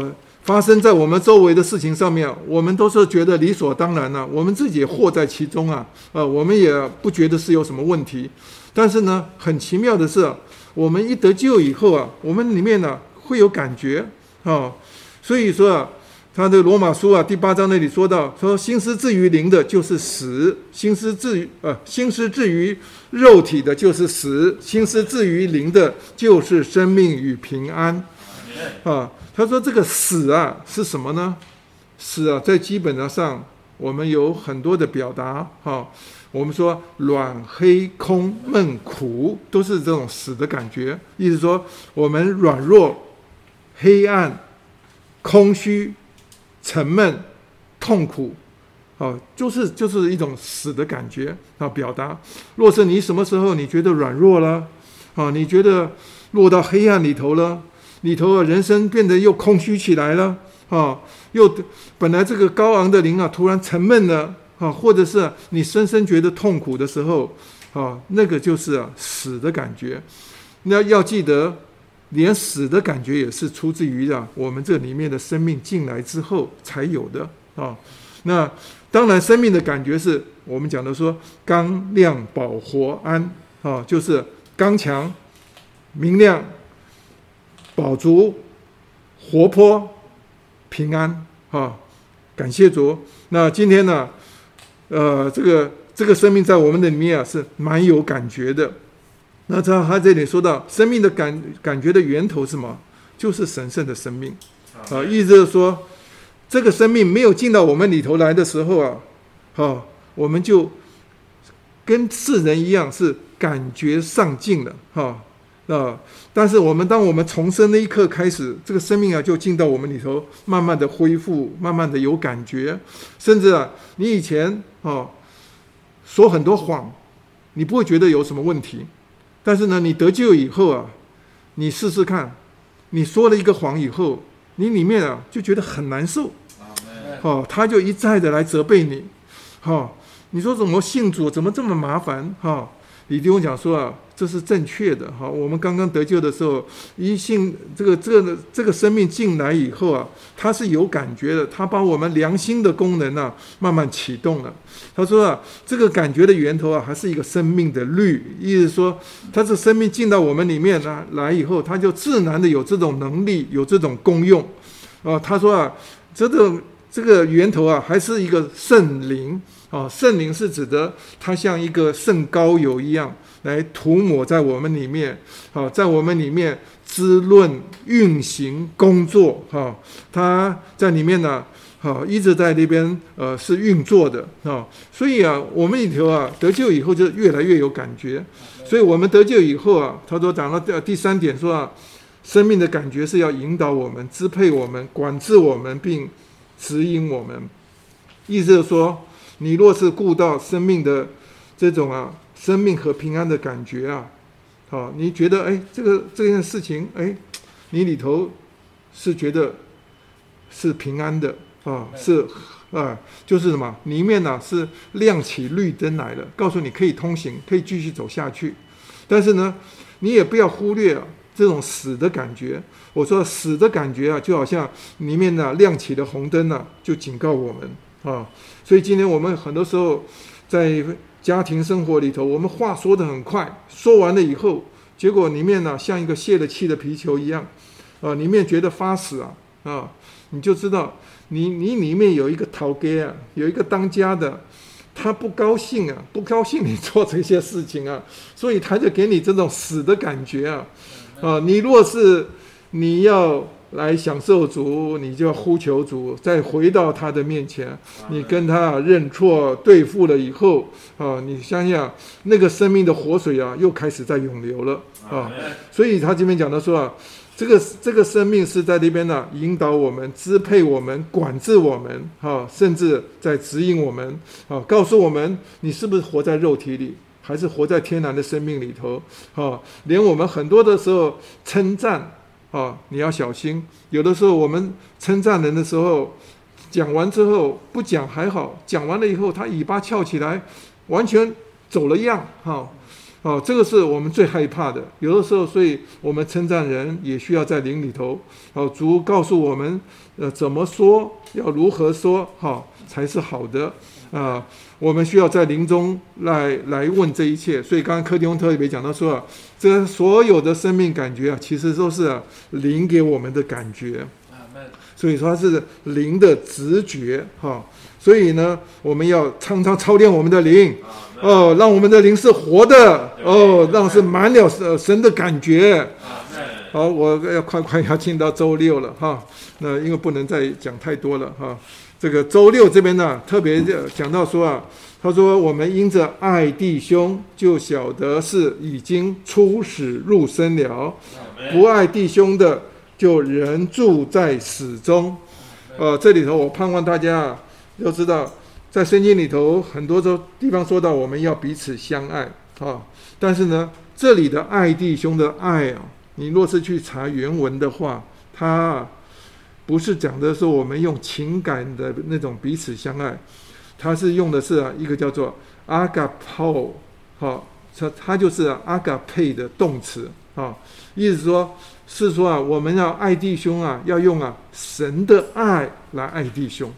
发生在我们周围的事情上面，我们都是觉得理所当然我们自己也活在其中我们也不觉得是有什么问题。但是呢，很奇妙的是我们一得救以后我们里面会有感觉所以说他的罗马书第8章那里说到，说心思置于灵的就是死，心思置于肉体的就是死，心思置于灵的就是生命与平安他说这个死是什么呢？死在基本上我们有很多的表达我们说软黑空闷苦都是这种死的感觉，意思说我们软弱黑暗空虚沉闷痛苦就是一种死的感觉表达。若是你什么时候你觉得软弱了你觉得落到黑暗里头了，里头人生变得又空虚起来了又本来这个高昂的灵突然沉闷了或者是你深深觉得痛苦的时候那个就是死的感觉。那要记得，连死的感觉也是出自于我们这里面的生命进来之后才有的那当然生命的感觉是我们讲的说刚亮饱活安就是刚强明亮饱足活泼平安感谢主。那今天呢这个生命在我们的里面是蛮有感觉的。那他这里说到生命的感觉的源头是什么？就是神圣的生命意思是说这个生命没有进到我们里头来的时候我们就跟世人一样是感觉上进了但是当我们重生那一刻开始，这个生命就进到我们里头，慢慢的恢复，慢慢的有感觉，甚至你以前说很多谎，你不会觉得有什么问题，但是呢，你得救以后你试试看，你说了一个谎以后，你里面就觉得很难受他就一再的来责备你你说怎么信主怎么这么麻烦李弟兄讲说这是正确的我们刚刚得救的时候，一信这个生命进来以后它是有感觉的，它把我们良心的功能慢慢启动了。他说这个感觉的源头还是一个生命的律，意思说它这生命进到我们里面来以后，它就自然的有这种能力，有这种功用他说这个源头还是一个圣灵圣灵是指的它像一个圣膏油一样来涂抹在我们里面在我们里面滋润运行工作它在里面一直在那边是运作的所以我们里头得救以后就越来越有感觉。所以我们得救以后他说讲到第3点说生命的感觉是要引导我们支配我们管制我们并指引我们。意思是说你若是顾到生命的这种生命和平安的感觉你觉得这件事情你里头是觉得是平安的是就是什么里面是亮起绿灯来了，告诉你可以通行，可以继续走下去。但是呢你也不要忽略这种死的感觉。我说死的感觉就好像里面亮起的红灯就警告我们所以今天我们很多时候在家庭生活里头，我们话说得很快，说完了以后，结果里面像一个泄了气的皮球一样里面觉得发死你就知道你里面有一个头家有一个当家的，他不高兴你做这些事情所以他就给你这种死的感觉你若是你要来享受主，你就要呼求主，再回到他的面前，你跟他认错对付了以后你想想那个生命的活水又开始在涌流了所以他这边讲到说这个生命是在那边引导我们支配我们管制我们甚至在指引我们告诉我们你是不是活在肉体里还是活在天然的生命里头连我们很多的时候称赞你要小心，有的时候我们称赞人的时候，讲完之后不讲还好，讲完了以后他尾巴翘起来完全走了样这个是我们最害怕的。有的时候，所以我们称赞人也需要在灵里头，主告诉我们，怎么说，要如何说，才是好的我们需要在灵中来问这一切。所以刚刚柯弟兄特别讲到说这所有的生命感觉其实都是灵给我们的感觉，所以说它是灵的直觉所以呢，我们要常常操练我们的灵让我们的灵是活的让是满了神的感觉。好，我要快要进到周六了那因为不能再讲太多了这个周六这边呢，特别讲到说他说我们因着爱弟兄，就晓得是已经出死入生了；不爱弟兄的，就仍住在死中。这里头我盼望大家要知道，在圣经里头很多地方说到我们要彼此相爱但是呢，这里的爱弟兄的爱你若是去查原文的话，它不是讲的说我们用情感的那种彼此相爱，它是用的是一个叫做 agapo 它就是agape 的动词意思是说我们要爱弟兄要用神的爱来爱弟兄。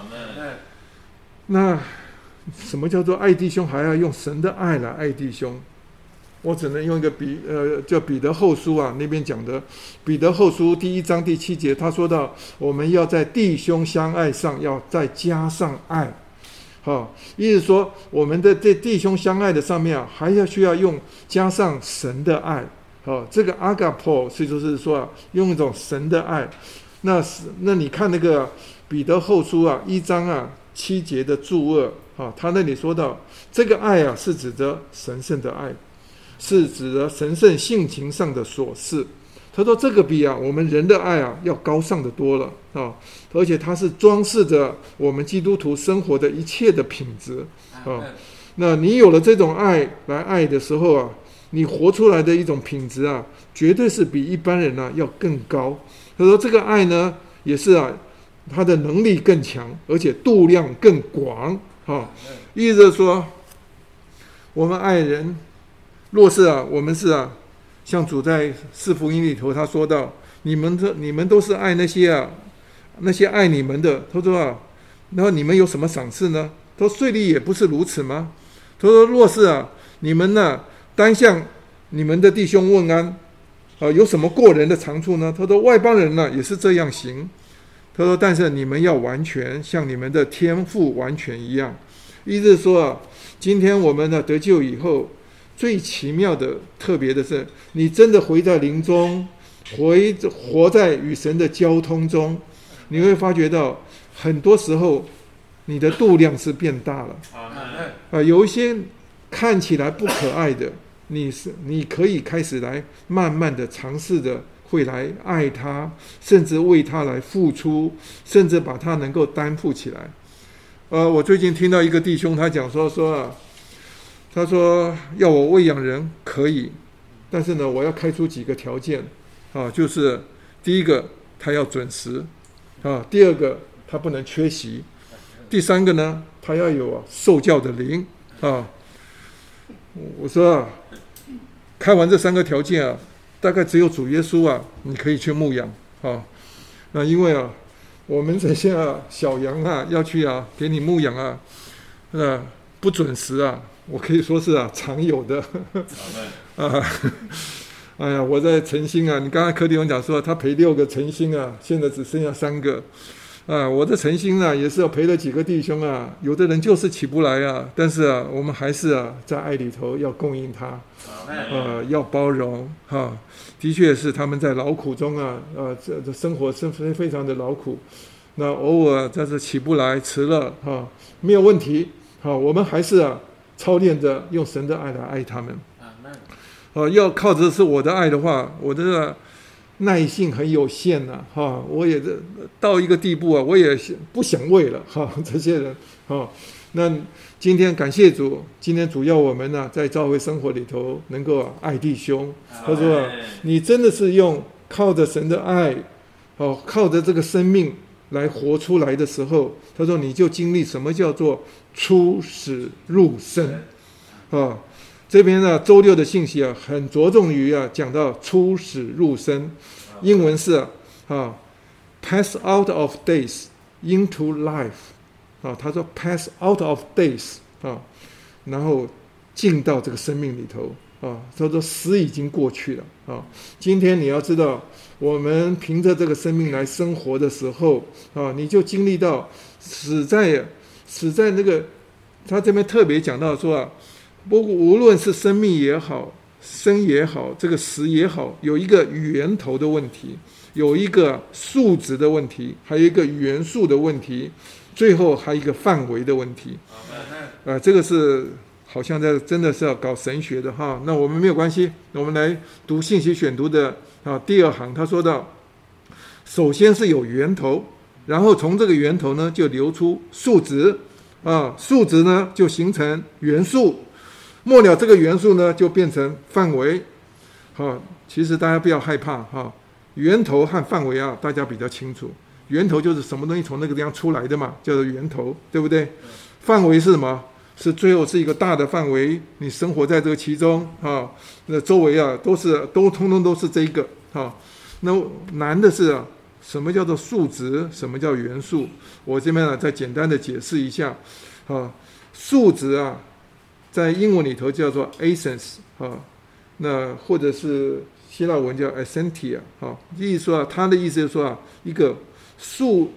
那什么叫做爱弟兄还要用神的爱来爱弟兄？我只能用一个叫彼得后书那边讲的，彼得后书第1章第7节，他说到我们要在弟兄相爱上要再加上爱意思说我们的这弟兄相爱的上面还要需要用加上神的爱这个 agapo 所以就是说用一种神的爱。那你看那个彼得后书1章7节的注2他那里说到这个爱是指着神圣的爱，是指着神圣性情上的所事。他说这个比我们人的爱要高尚的多了而且它是装饰着我们基督徒生活的一切的品质那你有了这种爱来爱的时候你活出来的一种品质绝对是比一般人要更高。他说这个爱呢也是它的能力更强，而且度量更广意思是说我们爱人，若是我们是像主在四福音里头他说到你们都是爱那些爱你们的。他说然后你们有什么赏赐呢？他说税吏也不是如此吗？他说若是你们单向你们的弟兄问安有什么过人的长处呢？他说外邦人也是这样行。他说但是你们要完全像你们的天父完全一样。意思是说今天我们得救以后，最奇妙的特别的是你真的回在灵中，活在与神的交通中，你会发觉到很多时候你的度量是变大了有一些看起来不可爱的，你可以开始来慢慢的尝试的会来爱他，甚至为他来付出，甚至把他能够担负起来。我最近听到一个弟兄他讲他说要我喂养人可以，但是呢我要开出几个条件就是第一个他要准时第二个他不能缺席，第三个呢他要有受教的灵我说开完这3个条件大概只有主耶稣你可以去牧养那因为我们这些小羊要去给你牧养不准时我可以说是常有的哎呀，我在晨星你刚才柯弟兄讲说他陪6个晨星现在只剩下3个我的晨星也是陪了几个弟兄有的人就是起不来但是我们还是在爱里头要供应他要包容的确是他们在劳苦中这生活是非常的劳苦，那偶尔在这起不来迟了没有问题我们还是操练着用神的爱来爱他们要靠着是我的爱的话，我的耐性很有限我也到一个地步我也不想为了这些人那今天感谢主，今天主要我们在教会生活里头能够爱弟兄。他说你真的是用靠着神的爱靠着这个生命来活出来的时候，他说你就经历什么叫做出死入生这边呢周六的信息啊，很着重于讲到出死入生，英文是pass out of days into life 他说 pass out of days 然后进到这个生命里头他说死已经过去了今天你要知道，我们凭着这个生命来生活的时候你就经历到死在那个，他这边特别讲到说无论是生命也好，生也好，这个死也好，有一个源头的问题，有一个数值的问题，还有一个元素的问题，最后还有一个范围的问题。这个是好像真的是要搞神学的那我们没有关系，我们来读信息选读的第二行，他说到，首先是有源头，然后从这个源头呢就流出数值数值呢就形成元素，末了这个元素呢就变成范围其实大家不要害怕源头和范围大家比较清楚，源头就是什么东西从那个地方出来的嘛，叫做源头，对不对？范围是什么？是最后是一个大的范围，你生活在这个其中那周围都通通都是这一个那难的是什么叫做数值，什么叫元素？我这边再简单的解释一下数值在英文里头叫做 essence 那或者是希腊文叫 essentia 意思说他的意思就是说一个数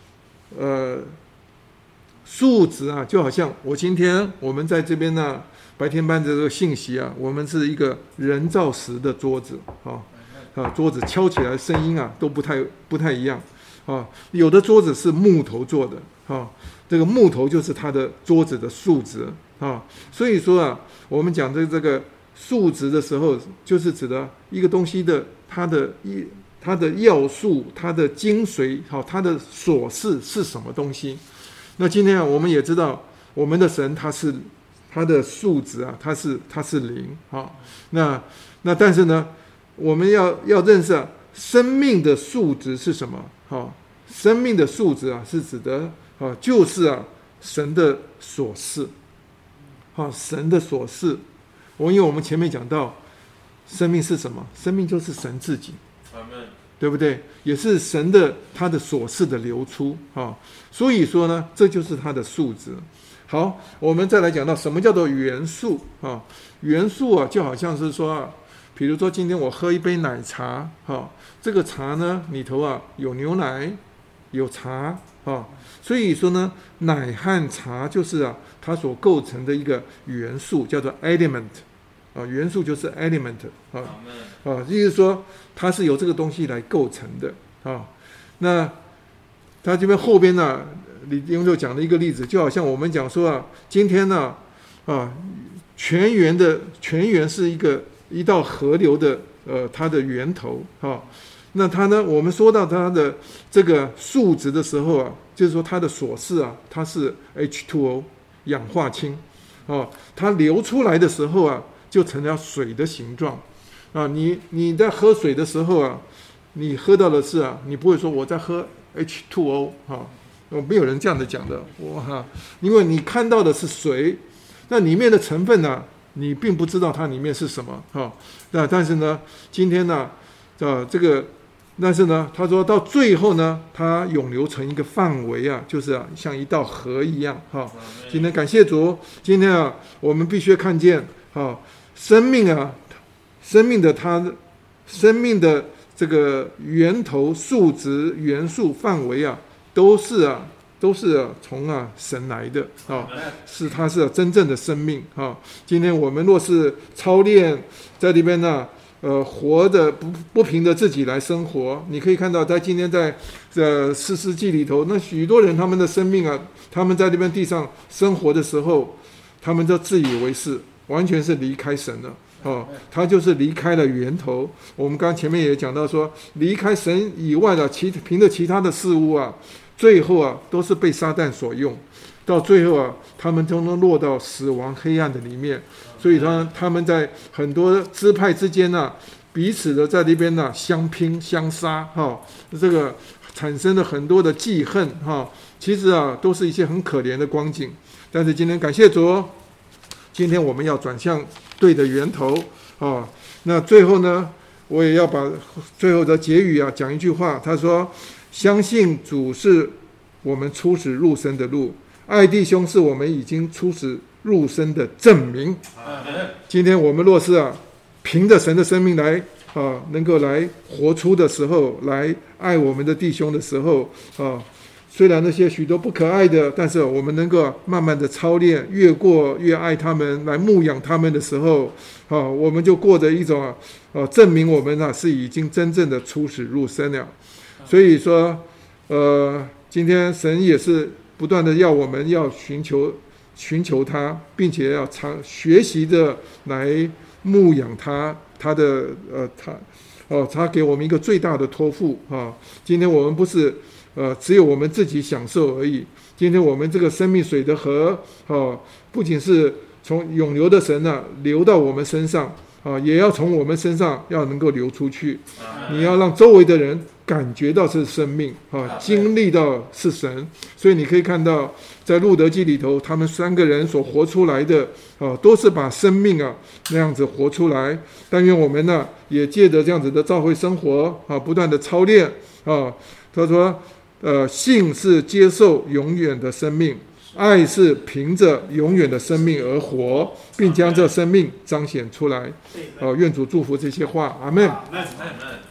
值就好像我们在这边白天班的这个信息我们是一个人造石的桌子桌子敲起来声音都不太一样有的桌子是木头做的这个木头就是它的桌子的数值所以说我们讲这个数值的时候，就是指的一个东西的它的要素、它的精髓它的琐事是什么东西。那今天我们也知道，我们的神他的数值他是零那但是呢，我们要认识生命的数值是什么生命的数值是指的就是神的所事神的所事。因为我们前面讲到，生命是什么？生命就是神自己，对不对？也是神的他的所事的流出所以说呢，这就是他的数值。好，我们再来讲到什么叫做元素元素就好像是说比如说今天我喝一杯奶茶这个茶呢里头有牛奶有茶所以说呢，奶和茶就是它所构成的一个元素，叫做 element 元素就是 element 意思说它是由这个东西来构成的那他这边后边李弟兄就讲了一个例子，就好像我们讲说今天泉源是一道河流的它的源头那它呢，我们说到它的这个数值的时候就是说它的所事它是 H2O 氧化氢它流出来的时候就成了水的形状你在喝水的时候你喝到的是你不会说我在喝 H2O 没有人这样的讲的因为你看到的是水，那里面的成分你并不知道它里面是什么但是呢，今天这个。但是呢，他说到最后呢，它涌流成一个范围就是像一道河一样今天感谢主，今天我们必须看见生命的这个源头、数值、元素、范围都是从神来的是它是真正的生命今天我们若是操练在里边活的不凭着自己来生活，你可以看到在今天在士师记里头，那许多人他们的生命他们在这边地上生活的时候，他们就自以为是，完全是离开神了他就是离开了源头。我们刚前面也讲到说，离开神以外的凭着其他的事物最后都是被撒旦所用，到最后他们都能落到死亡黑暗的里面。所以他们在很多支派之间彼此的在那边相拼相杀这个产生了很多的记恨其实都是一些很可怜的光景。但是今天感谢主， 今天我们要转向对的源头啊。那最后呢，我也要把最后的结语讲一句话，他说：相信主是我们出死入生的路，爱弟兄是我们已经出死入生的证明。今天我们若是凭着神的生命来能够来活出的时候，来爱我们的弟兄的时候虽然那些许多不可爱的，但是我们能够慢慢的操练，越过越爱他们，来牧养他们的时候我们就过着一种证明我们是已经真正的出死入生了。所以说今天神也是不断的要我们要寻求他，并且要学习的来牧养他的他给我们一个最大的托付今天我们不是只有我们自己享受而已。今天我们这个生命水的河不仅是从永流的神流到我们身上也要从我们身上要能够流出去。你要让周围的人感觉到是生命经历到是神。所以你可以看到在路德记里头，他们3个人所活出来的都是把生命那样子活出来。但愿我们也借着这样子的教会生活不断的操练他说信是接受永远的生命，爱是凭着永远的生命而活，并将这生命彰显出来。愿主祝福这些话，阿们。